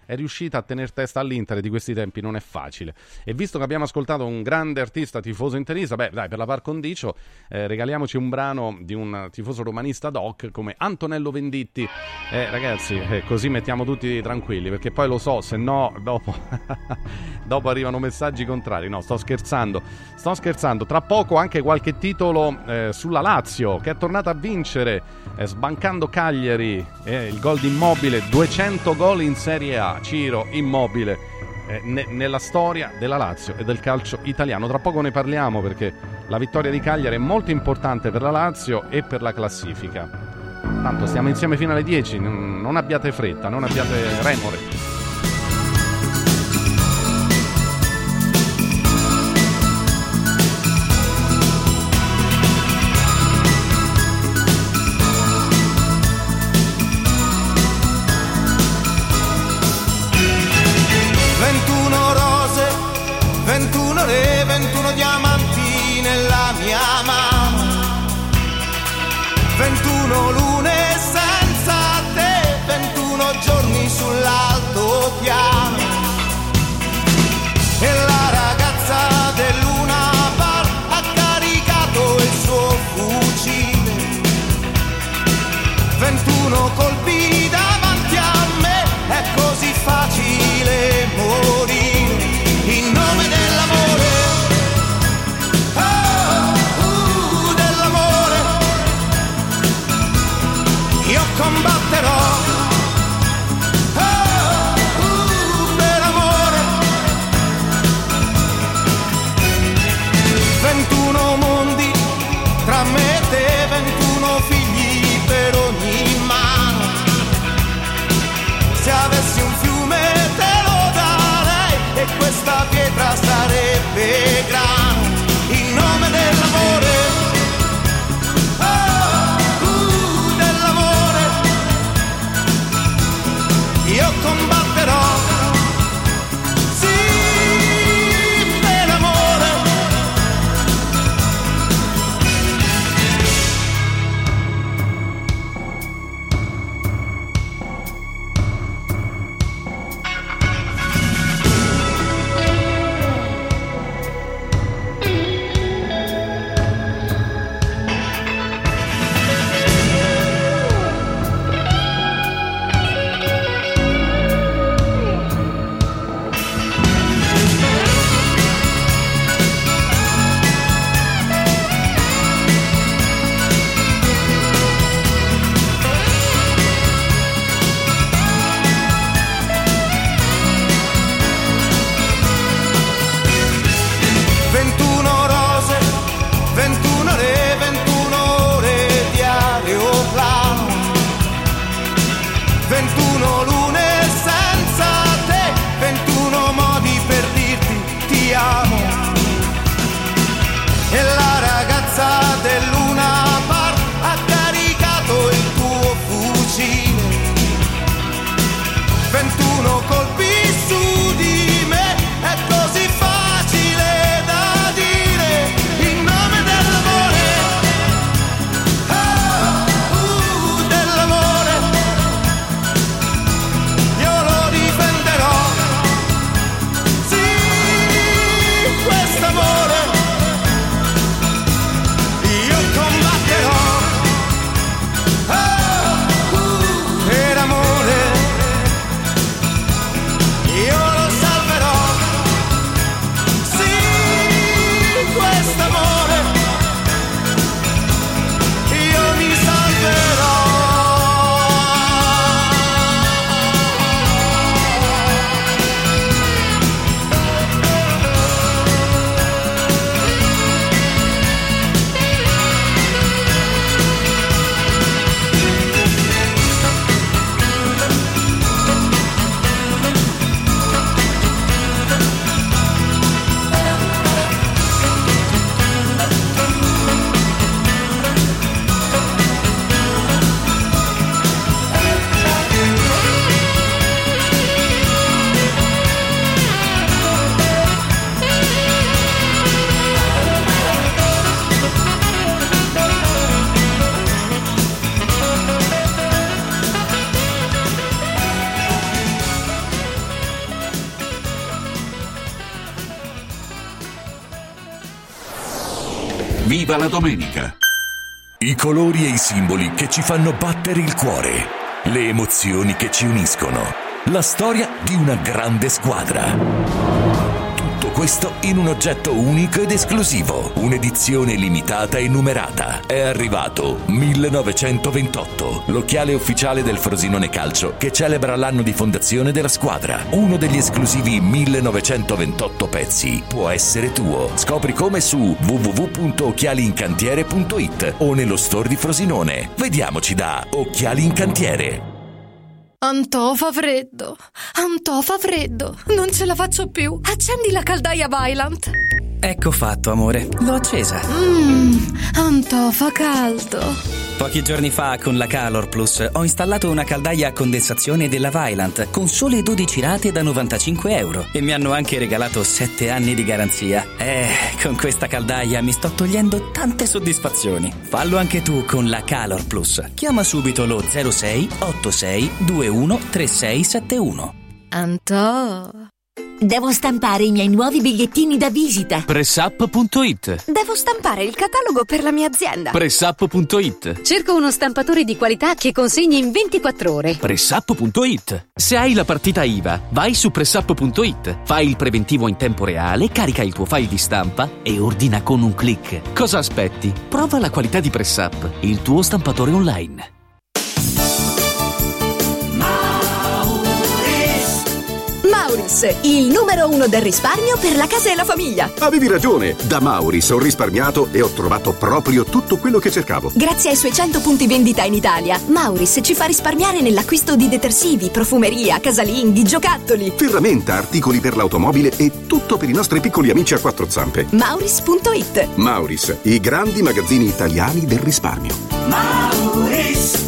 è riuscita a tenere testa all'Inter e di questi tempi non è facile. E visto che abbiamo ascoltato un grande artista tifoso interista, beh dai, per la par condicio eh, regaliamoci un brano di un tifoso romanista doc come Antonello Venditti. Eh, ragazzi, eh, così mettiamo tutti tranquilli, perché poi lo so, se no dopo, dopo arrivano messaggi contrari. No, sto scherzando, sto scherzando. Tra poco anche qualche titolo eh, sulla Lazio, che è tornata a vincere eh, sbancando Cagliari, eh, il gol di Immobile, duecento gol in Serie A. Ciro Immobile eh, ne- nella storia della Lazio e del calcio italiano. Tra poco ne parliamo, perché la vittoria di Cagliari è molto importante per la Lazio e per la classifica. Tanto stiamo insieme fino alle dieci, n- non abbiate fretta, non abbiate remore. ventuno re, ventuno diamanti nella mia mano, ventuno lune senza te, ventuno giorni sull'altopiano. E la ragazza del Luna Park ha caricato il suo fucile, ventuno colpi davanti a me, è così facile morire. In nome dell'amore, oh, uh, dell'amore, io combatterò, oh, uh, per amore. ventuno mondi tra me e te, ventuno figli per ogni mano. Se avessi un fiume te lo darei e questa pietra sarebbe grano. In nome dell'amore, oh, uh, dell'amore, io combatterò, sì, per amore. Viva la domenica! I colori e i simboli che ci fanno battere il cuore, le emozioni che ci uniscono, la storia di una grande squadra. Tutto questo in un oggetto unico ed esclusivo, un'edizione limitata e numerata. È arrivato millenovecentoventotto, l'occhiale ufficiale del Frosinone Calcio che celebra l'anno di fondazione della squadra. Uno degli esclusivi millenovecentoventotto pezzi può essere tuo. Scopri come su w w w punto occhiali in cantiere punto i t o nello store di Frosinone. Vediamoci da Occhiali in Cantiere. Antò fa freddo, Antò fa freddo, non ce la faccio più. Accendi la caldaia Vaillant. Ecco fatto, amore, l'ho accesa. Mmm, Antò fa caldo. Pochi giorni fa con la Calor Plus ho installato una caldaia a condensazione della Vaillant con sole dodici rate da novantacinque euro e mi hanno anche regalato sette anni di garanzia. Eh, con questa caldaia mi sto togliendo tante soddisfazioni. Fallo anche tu con la Calor Plus. Chiama subito lo zero sei otto sei due uno tre sei sette uno. Antò. Devo stampare i miei nuovi bigliettini da visita. Pressup punto it. Devo stampare il catalogo per la mia azienda. Pressup punto it. Cerco uno stampatore di qualità che consegni in ventiquattro ore. Pressup punto it. Se hai la partita I V A, vai su Pressup punto it. Fai il preventivo in tempo reale, carica il tuo file di stampa e ordina con un click. Cosa aspetti? Prova la qualità di Pressup, il tuo stampatore online. Mauris, il numero uno del risparmio per la casa e la famiglia. Avevi ragione, da Mauris ho risparmiato e ho trovato proprio tutto quello che cercavo. Grazie ai suoi cento punti vendita in Italia, Mauris ci fa risparmiare nell'acquisto di detersivi, profumeria, casalinghi, giocattoli, ferramenta, articoli per l'automobile e tutto per i nostri piccoli amici a quattro zampe. Mauris punto it. Mauris, i grandi magazzini italiani del risparmio. Mauris.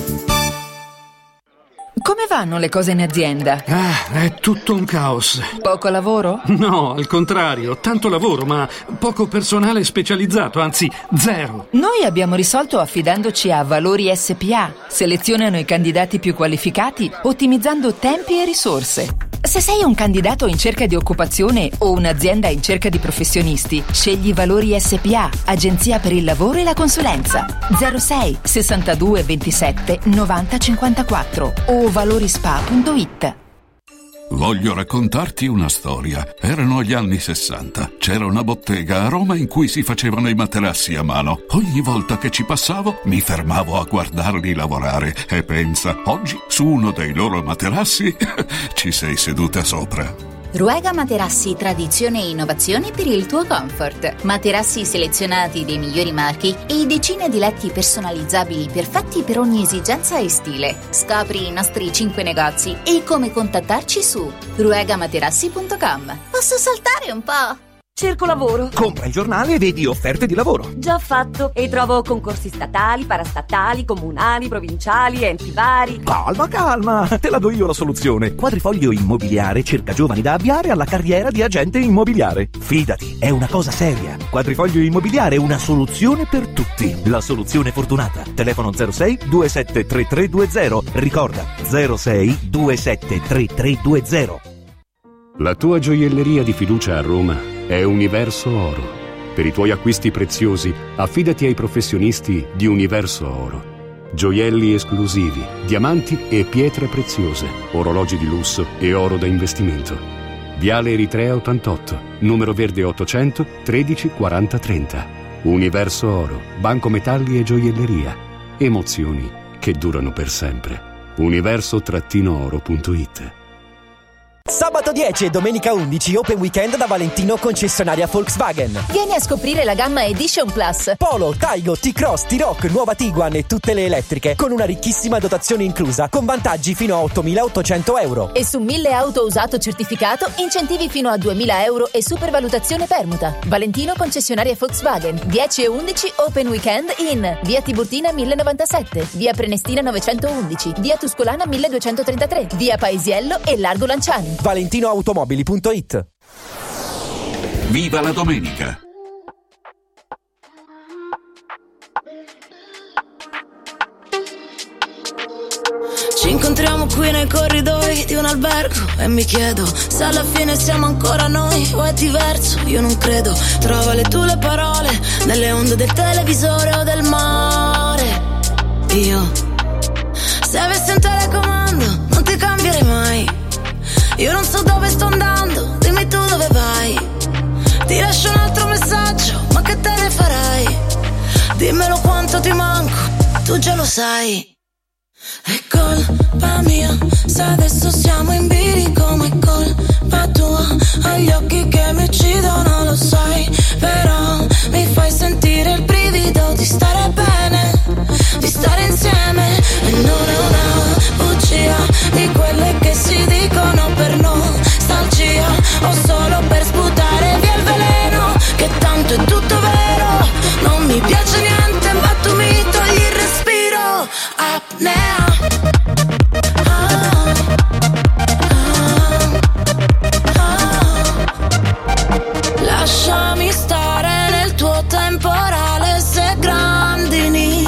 Come vanno le cose in azienda? Ah, è tutto un caos. Poco lavoro? No, al contrario, tanto lavoro, ma poco personale specializzato, anzi zero. Noi abbiamo risolto affidandoci a Valori S P A. Selezionano i candidati più qualificati, ottimizzando tempi e risorse. Se sei un candidato in cerca di occupazione o un'azienda in cerca di professionisti, scegli Valori S P A, agenzia per il lavoro e la consulenza. zero sei sessantadue ventisette novanta cinquantaquattro o valorispa punto it. Voglio raccontarti una storia. Erano gli anni sessanta. C'era una bottega a Roma in cui si facevano i materassi a mano. Ogni volta che ci passavo mi fermavo a guardarli lavorare e pensa, oggi su uno dei loro materassi ci sei seduta sopra. Ruega Materassi, tradizione e innovazione per il tuo comfort. Materassi selezionati dei migliori marchi e decine di letti personalizzabili perfetti per ogni esigenza e stile. Scopri i nostri cinque negozi e come contattarci su ruega materassi punto com. Posso saltare un po'? Cerco lavoro. Compra il giornale e vedi offerte di lavoro. Già fatto. E trovo concorsi statali, parastatali, comunali, provinciali, enti vari. Calma, calma. Te la do io la soluzione. Quadrifoglio Immobiliare cerca giovani da avviare alla carriera di agente immobiliare. Fidati, è una cosa seria. Quadrifoglio Immobiliare è una soluzione per tutti. La soluzione fortunata. Telefono zero sei due sette tre tre due zero. Ricorda, zero sei due sette tre tre due zero. La tua gioielleria di fiducia a Roma è Universo Oro. Per i tuoi acquisti preziosi, affidati ai professionisti di Universo Oro. Gioielli esclusivi, diamanti e pietre preziose, orologi di lusso e oro da investimento. Viale Eritrea ottantotto, numero verde ottocento tredici quaranta trenta. Universo Oro, banco metalli e gioielleria. Emozioni che durano per sempre. universo oro punto it. Sabato dieci e domenica undici Open Weekend da Valentino concessionaria Volkswagen. Vieni a scoprire la gamma Edition Plus. Polo, Taigo, T-Cross, T-Roc, nuova Tiguan e tutte le elettriche con una ricchissima dotazione inclusa con vantaggi fino a ottomilaottocento euro. E su mille auto usato certificato incentivi fino a duemila euro e supervalutazione permuta. Valentino concessionaria Volkswagen. dieci e undici Open Weekend in via Tiburtina mille novantasette, via Prenestina novecentoundici, via Tuscolana milleduecentotrentatré, via Paesiello e Largo Lanciani. valentino automobili punto it. Viva la domenica! Ci incontriamo incontriamo qui nei corridoi di un albergo e mi chiedo se alla fine siamo ancora noi o è diverso, io non credo. Trova le tue parole nelle onde del televisore o del mare. Io, se avessi un telecomando non ti cambierei mai. Io non so dove sto andando, dimmi tu dove vai. Ti lascio un altro messaggio, ma che te ne farai? Dimmelo quanto ti manco, tu già lo sai. È colpa mia se adesso siamo in bilico, ma è colpa tua. Ho gli occhi che mi uccidono, lo sai. Però mi fai sentire il brivido di stare bene, di stare insieme. E non è una bugia di quelle che si dicono per nostalgia, o solo per sputare via il veleno, che tanto è tutto vero. Non mi piace niente ma tu mi togli il respiro. Apnea. Ah, ah, ah. Lasciami stare nel tuo temporale se grandini.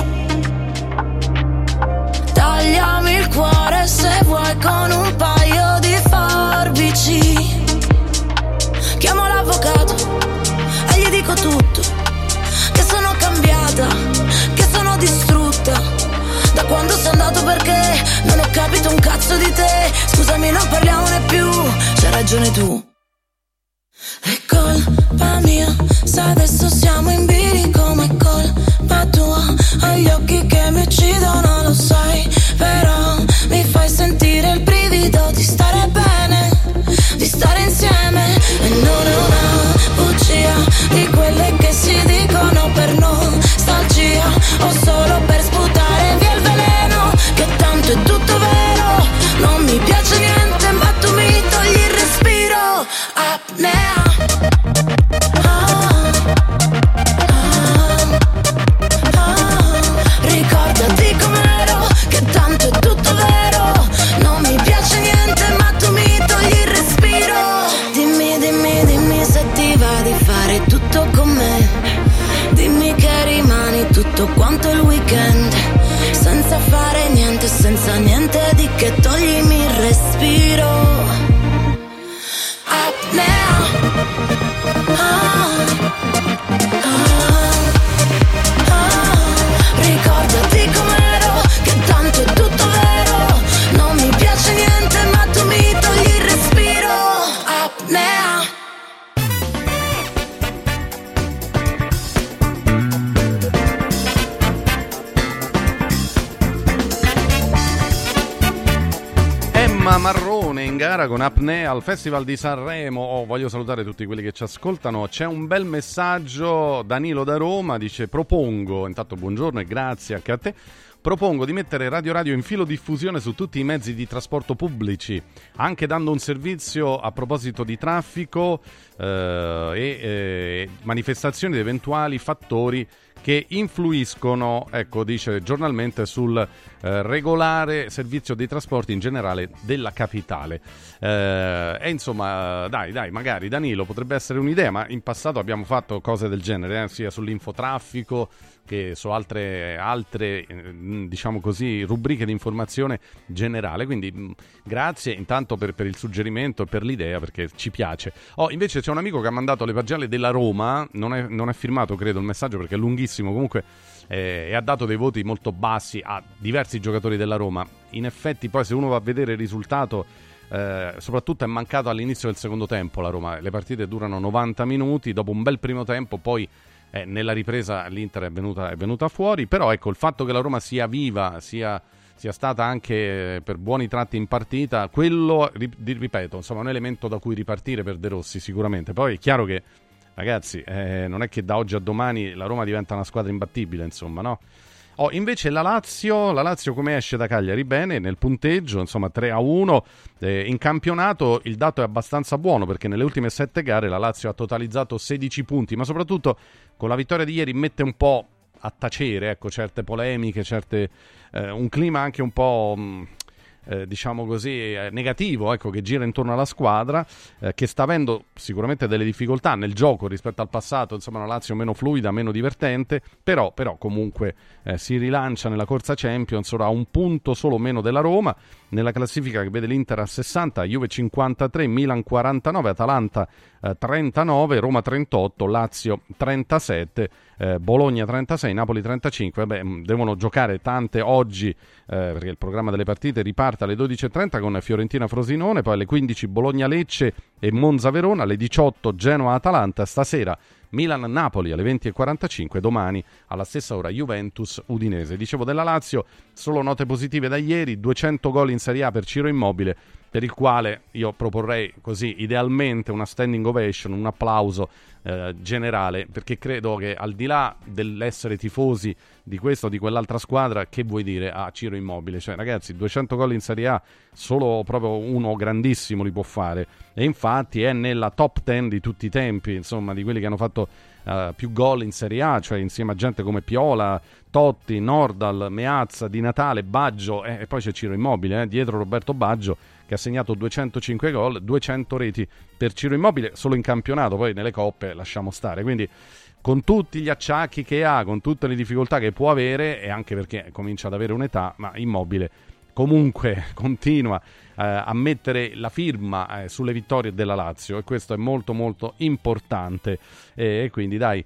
Tagliami il cuore se vuoi con un paio di forbici. Chiamo l'avvocato e gli dico tutto, che sono cambiata, che sono distrutta da quando sei andato, perché non ho capito un cazzo di te. Scusami, non parliamone più, c'hai ragione tu. È colpa mia se adesso siamo in bilico, ma è colpa tua. Ho gli occhi che mi uccidono, lo sai. Però mi fai sentire il brivido di stare bene, di stare insieme. E non è una bugia di quelle che si dicono per nostalgia, o solo per sputare via il veleno, che tanto è tutto vero. Non mi piace niente ma tu mi togli il respiro. Apnea. Ah, ah, ah. Ricordati com'ero, che tanto è tutto vero. Non mi piace niente ma tu mi togli il respiro. Dimmi, dimmi, dimmi se ti va di fare tutto con me. Dimmi che rimani tutto quanto il weekend, senza fare niente, senza niente di che, toglimi il respiro. Apnea. Ah, ah, ah. Ricordati com'ero, che tanto è tutto vero. Non mi piace niente ma tu mi togli il respiro. Apnea. Emma Marrone in gara con Apnea al Festival di Sanremo. Oh, voglio salutare tutti quelli che ci ascoltano. C'è un bel messaggio. Danilo da Roma dice: propongo, intanto buongiorno e grazie anche a te, propongo di mettere Radio Radio in filo diffusione su tutti i mezzi di trasporto pubblici, anche dando un servizio a proposito di traffico eh, e eh, manifestazioni di eventuali fattori che influiscono, ecco, dice giornalmente, sul eh, regolare servizio dei trasporti in generale della capitale. Eh, e insomma, dai, dai, magari Danilo potrebbe essere un'idea, ma in passato abbiamo fatto cose del genere, eh, sia sull'infotraffico che su altre, altre eh, diciamo così, rubriche di informazione generale. Quindi mh, grazie intanto per, per il suggerimento e per l'idea, perché ci piace. Oh, invece c'è un amico che ha mandato le pagelle della Roma, non è, non è firmato credo il messaggio perché è lunghissimo, comunque eh, e ha dato dei voti molto bassi a diversi giocatori della Roma. In effetti poi se uno va a vedere il risultato, eh, soprattutto è mancato all'inizio del secondo tempo la Roma. Le partite durano novanta minuti, dopo un bel primo tempo poi Eh, nella ripresa l'Inter è venuta, è venuta fuori, però ecco, il fatto che la Roma sia viva, sia, sia stata anche per buoni tratti in partita, quello, ripeto, insomma, è un elemento da cui ripartire per De Rossi sicuramente. Poi è chiaro che, ragazzi, eh, non è che da oggi a domani la Roma diventa una squadra imbattibile, insomma, no? Oh, invece la Lazio, la Lazio come esce da Cagliari? Bene, nel punteggio, insomma tre a uno, eh, in campionato il dato è abbastanza buono perché nelle ultime sette gare la Lazio ha totalizzato sedici punti, ma soprattutto con la vittoria di ieri mette un po' a tacere, ecco, certe polemiche, certe, eh, un clima anche un po'... Mh, Eh, diciamo così eh, negativo, ecco, che gira intorno alla squadra, eh, che sta avendo sicuramente delle difficoltà nel gioco rispetto al passato, insomma una Lazio meno fluida, meno divertente, però, però comunque eh, si rilancia nella corsa Champions, ora ha un punto solo meno della Roma. nella classifica che vede l'Inter a sessanta, Juve cinquantatré, Milan quarantanove, Atalanta eh, trentanove, Roma trentotto, Lazio trentasette, eh, Bologna trentasei, Napoli trentacinque. Beh, devono giocare tante oggi eh, perché il programma delle partite riparte alle dodici e trenta con Fiorentina-Frosinone, poi alle quindici Bologna-Lecce e Monza-Verona, alle diciotto Genoa-Atalanta, stasera Milan-Napoli alle venti e quarantacinque, domani alla stessa ora Juventus-Udinese. Dicevo della Lazio, solo note positive da ieri, duecento gol in Serie A per Ciro Immobile, per il quale io proporrei così idealmente una standing ovation, un applauso eh, generale, perché credo che al di là dell'essere tifosi di questa o di quell'altra squadra, che vuoi dire a Ciro Immobile? Cioè ragazzi, duecento gol in Serie A solo proprio uno grandissimo li può fare, e infatti è nella top dieci di tutti i tempi, insomma, di quelli che hanno fatto uh, più gol in Serie A, cioè insieme a gente come Piola, Totti, Nordal, Meazza, Di Natale, Baggio, eh, e poi c'è Ciro Immobile, eh, dietro Roberto Baggio, che ha segnato duecentocinque gol, duecento reti per Ciro Immobile solo in campionato, poi nelle coppe lasciamo stare. Quindi con tutti gli acciacchi che ha, con tutte le difficoltà che può avere, e anche perché comincia ad avere un'età, ma Immobile comunque continua eh, a mettere la firma eh, sulle vittorie della Lazio, e questo è molto molto importante, e, e quindi dai,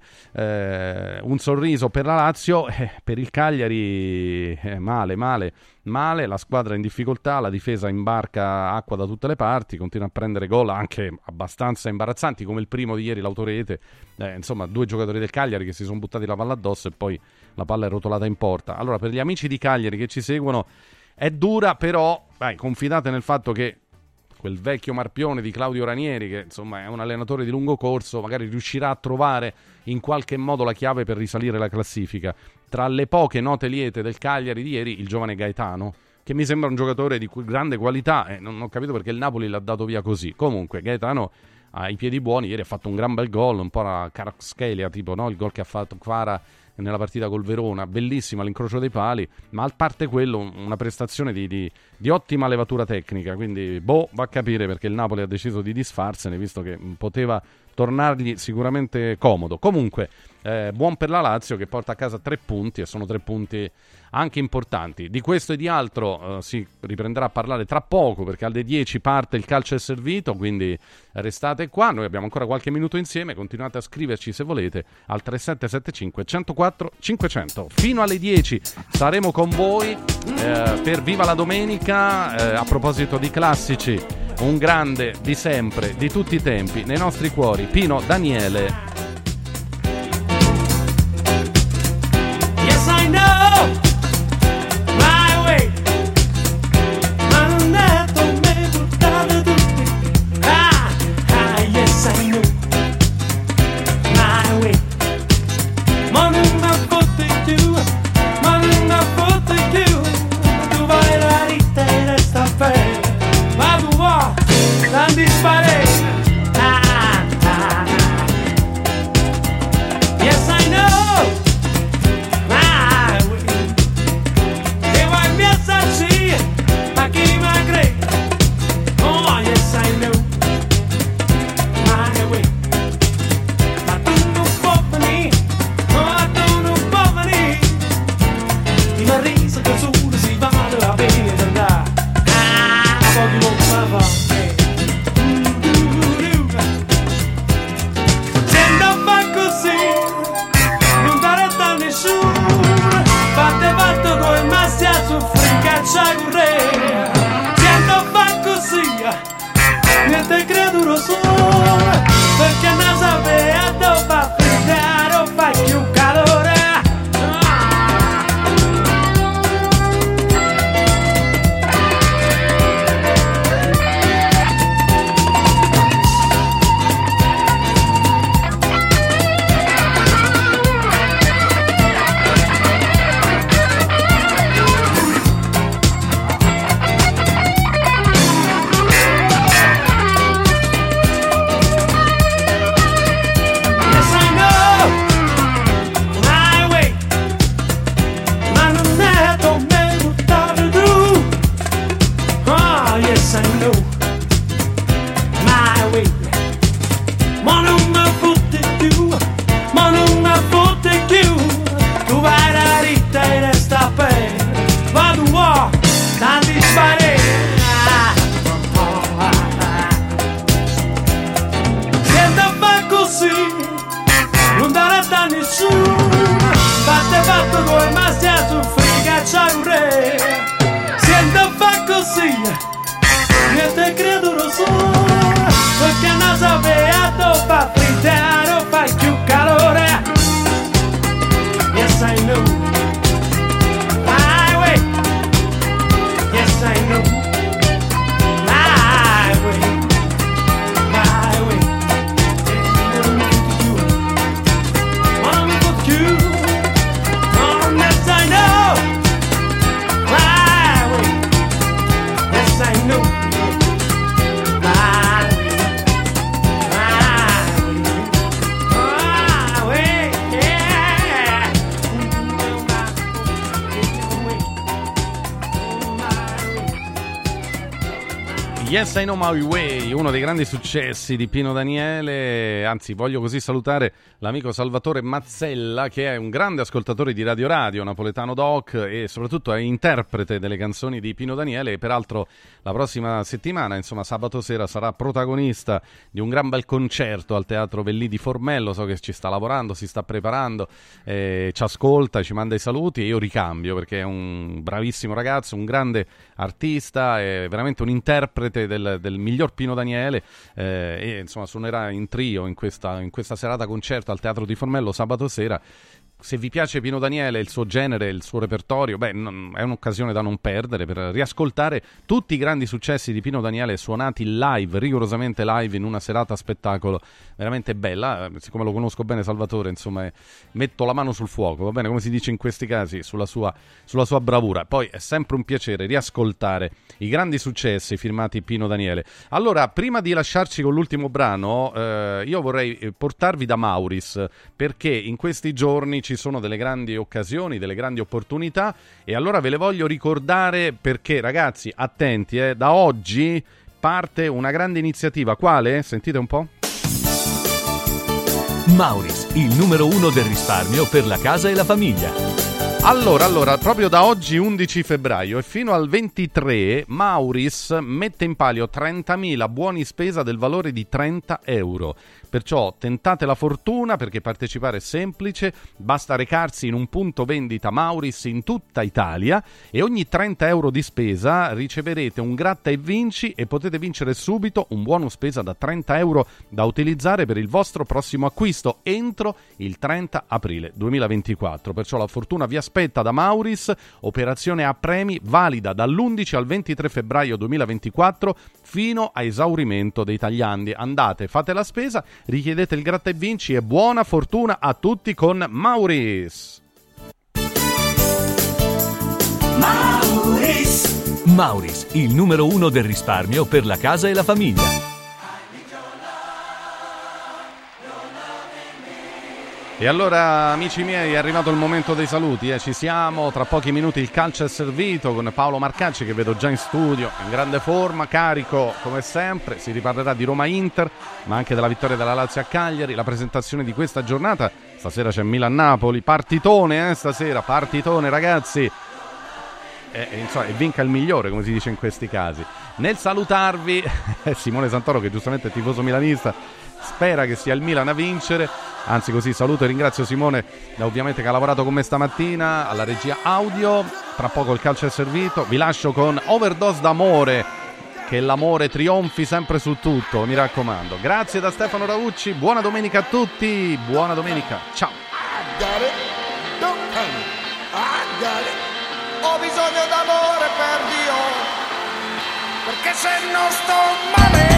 eh, un sorriso per la Lazio, eh, per il Cagliari eh, male male male, la squadra in difficoltà, la difesa imbarca acqua da tutte le parti, continua a prendere gol anche abbastanza imbarazzanti come il primo di ieri, l'autorete, eh, insomma due giocatori del Cagliari che si sono buttati la palla addosso e poi la palla è rotolata in porta. Allora, per gli amici di Cagliari che ci seguono, è dura, però dai, confidate nel fatto che quel vecchio marpione di Claudio Ranieri, che insomma è un allenatore di lungo corso, magari riuscirà a trovare in qualche modo la chiave per risalire la classifica. Tra le poche note liete del Cagliari di ieri, il giovane Gaetano, che mi sembra un giocatore di grande qualità, e eh, non ho capito perché il Napoli l'ha dato via così. Comunque Gaetano ha i piedi buoni, ieri ha fatto un gran bel gol, un po' la Kvaratskhelia tipo, no? Il gol che ha fatto Kvara nella partita col Verona, bellissima all'incrocio dei pali, ma a parte quello una prestazione di, di, di ottima levatura tecnica, quindi boh, va a capire perché il Napoli ha deciso di disfarsene, visto che poteva tornargli sicuramente comodo. Comunque eh, buon per la Lazio, che porta a casa tre punti, e sono tre punti anche importanti. Di questo e di altro eh, si riprenderà a parlare tra poco, perché alle dieci parte il calcio è servito, quindi restate qua, noi abbiamo ancora qualche minuto insieme, continuate a scriverci se volete al tre sette sette cinque uno zero quattro cinquecento. Fino alle dieci saremo con voi eh, per Viva la Domenica. eh, a proposito di classici, un grande di sempre, di tutti i tempi, nei nostri cuori, Pino Daniele. Yes, I know my way. Ma non è come buttare tutti. Ah, ah, yes, I know my way. Ma non mi fotte più, ma non mi fotte più. Tu vai la ritta e resta fermo. Ma tu vuoi, tanti spari. Ah, ah, ah. Yes, I know my way. E vuoi piazzarci, ma chi mi crede? Oh, yes, I know my way. Ma tu non puoi venire, oh, tu non puoi venire. Ti mi ha riso che solo si vale la pena andare. Ah, pochi non mi fa. Sento fa così, non dare da nessuno. Fate fatto come ma stia a soffrire, caccia correre. Sento fa così, niente credo solo, perché non sapeva dove fa fredare o fa più calore. Tanti spari. tu come ma stia a soffrire che c'è un re. Sento fa così, io te credo lo so, perché non sapeva dove fa frittare o fai più calore. Yes I know, my way. Yes I know, my way, my way. Want me for you, oh yes I know, my way. Yes I know, my way, my way, my way, yeah. Yes I Know My Way, uno dei grandi successi di Pino Daniele. Anzi, voglio così salutare l'amico Salvatore Mazzella, che è un grande ascoltatore di Radio Radio, napoletano doc, e soprattutto è interprete delle canzoni di Pino Daniele, e peraltro la prossima settimana, insomma sabato sera, sarà protagonista di un gran bel concerto al Teatro Vellì di Formello. So che ci sta lavorando, si sta preparando, eh, ci ascolta, ci manda i saluti, e io ricambio perché è un bravissimo ragazzo, un grande artista, è veramente un interprete Del, del miglior Pino Daniele, eh, e insomma suonerà in trio in questa, in questa serata concerto al Teatro di Formello sabato sera. Se vi piace Pino Daniele, il suo genere, il suo repertorio, beh, non, è un'occasione da non perdere per riascoltare tutti i grandi successi di Pino Daniele suonati live, rigorosamente live, in una serata spettacolo veramente bella. Siccome lo conosco bene Salvatore, insomma, eh, metto la mano sul fuoco, va bene, come si dice in questi casi, sulla sua, sulla sua bravura. Poi è sempre un piacere riascoltare i grandi successi firmati Pino Daniele. Allora, prima di lasciarci con l'ultimo brano, eh, io vorrei portarvi da Mauris, perché in questi giorni ci sono delle grandi occasioni, delle grandi opportunità, e allora ve le voglio ricordare perché, ragazzi, attenti, eh, da oggi parte una grande iniziativa. Quale? Sentite un po'. Mauris, il numero uno del risparmio per la casa e la famiglia. Allora, allora, proprio da oggi undici febbraio e fino al ventitré Mauris mette in palio trentamila buoni spesa del valore di trenta euro. Perciò tentate la fortuna, perché partecipare è semplice, basta recarsi in un punto vendita Mauris in tutta Italia e ogni trenta euro di spesa riceverete un gratta e vinci e potete vincere subito un buono spesa da trenta euro da utilizzare per il vostro prossimo acquisto entro il trenta aprile duemilaventiquattro. Perciò la fortuna vi aspetta da Mauris, operazione a premi valida dall'undici al ventitré febbraio duemilaventiquattro fino a esaurimento dei tagliandi. Andate, fate la spesa, richiedete il gratta e vinci e buona fortuna a tutti con Mauris. Mauris. Mauris, il numero uno del risparmio per la casa e la famiglia. E allora, amici miei, è arrivato il momento dei saluti, eh. Ci siamo, tra pochi minuti il calcio è servito con Paolo Marcacci, che vedo già in studio, in grande forma, carico come sempre. Si riparlerà di Roma-Inter, ma anche della vittoria della Lazio a Cagliari, la presentazione di questa giornata. Stasera c'è Milan-Napoli, partitone, eh, stasera, partitone, ragazzi. E, e, insomma, e vinca il migliore, come si dice in questi casi. Nel salutarvi, Simone Santoro, che giustamente è tifoso milanista, spera che sia il Milan a vincere. Anzi, così saluto e ringrazio Simone, ovviamente, che ha lavorato con me stamattina alla regia audio. Tra poco il calcio è servito. Vi lascio con Overdose d'amore, che l'amore trionfi sempre su tutto, mi raccomando. Grazie da Stefano Raucci, buona domenica a tutti, buona domenica, ciao. Ho bisogno d'amore per Dio, perché se non sto male.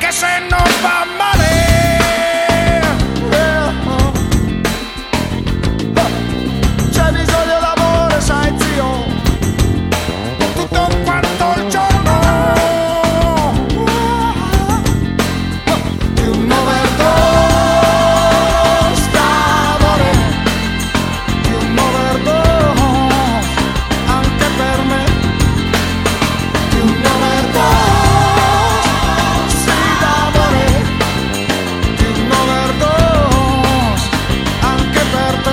che se non va male c'è bisogno d'amore, sai zio, tutto quanto il giorno, di un overdose d'amore, di un overdose anche per me, di un overdose d'amore, di un overdose anche per te.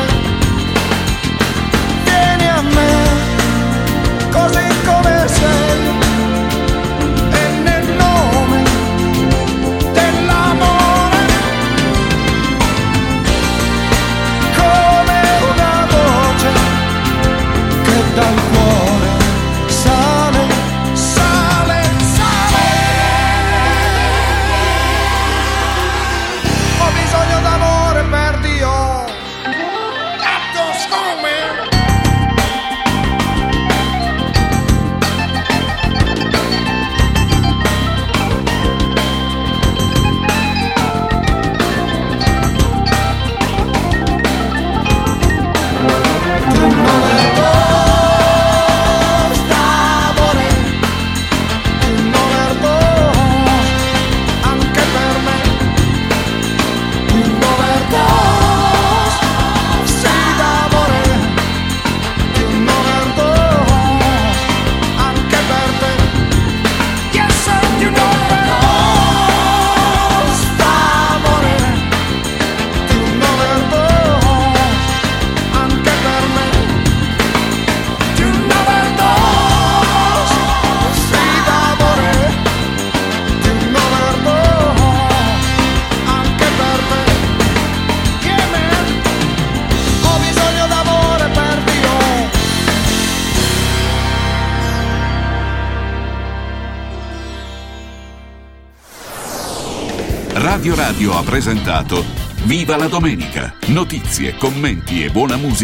Vieni a me così come sei e nel nome dell'amore, come una voce che dal cuore sale, sale, sale. Ho bisogno d'amore per Dio. Atto scomme. Anche per me, un overdose, sì d'amore, un overdose anche per te. Yes, and you know overdose d'amore, un overdose anche per me, un overdose, sì d'amore, un overdose anche per te. Yeah, man, ho bisogno d'amore per Dio. Radio Radio ha presentato Viva la domenica! Notizie, commenti e buona musica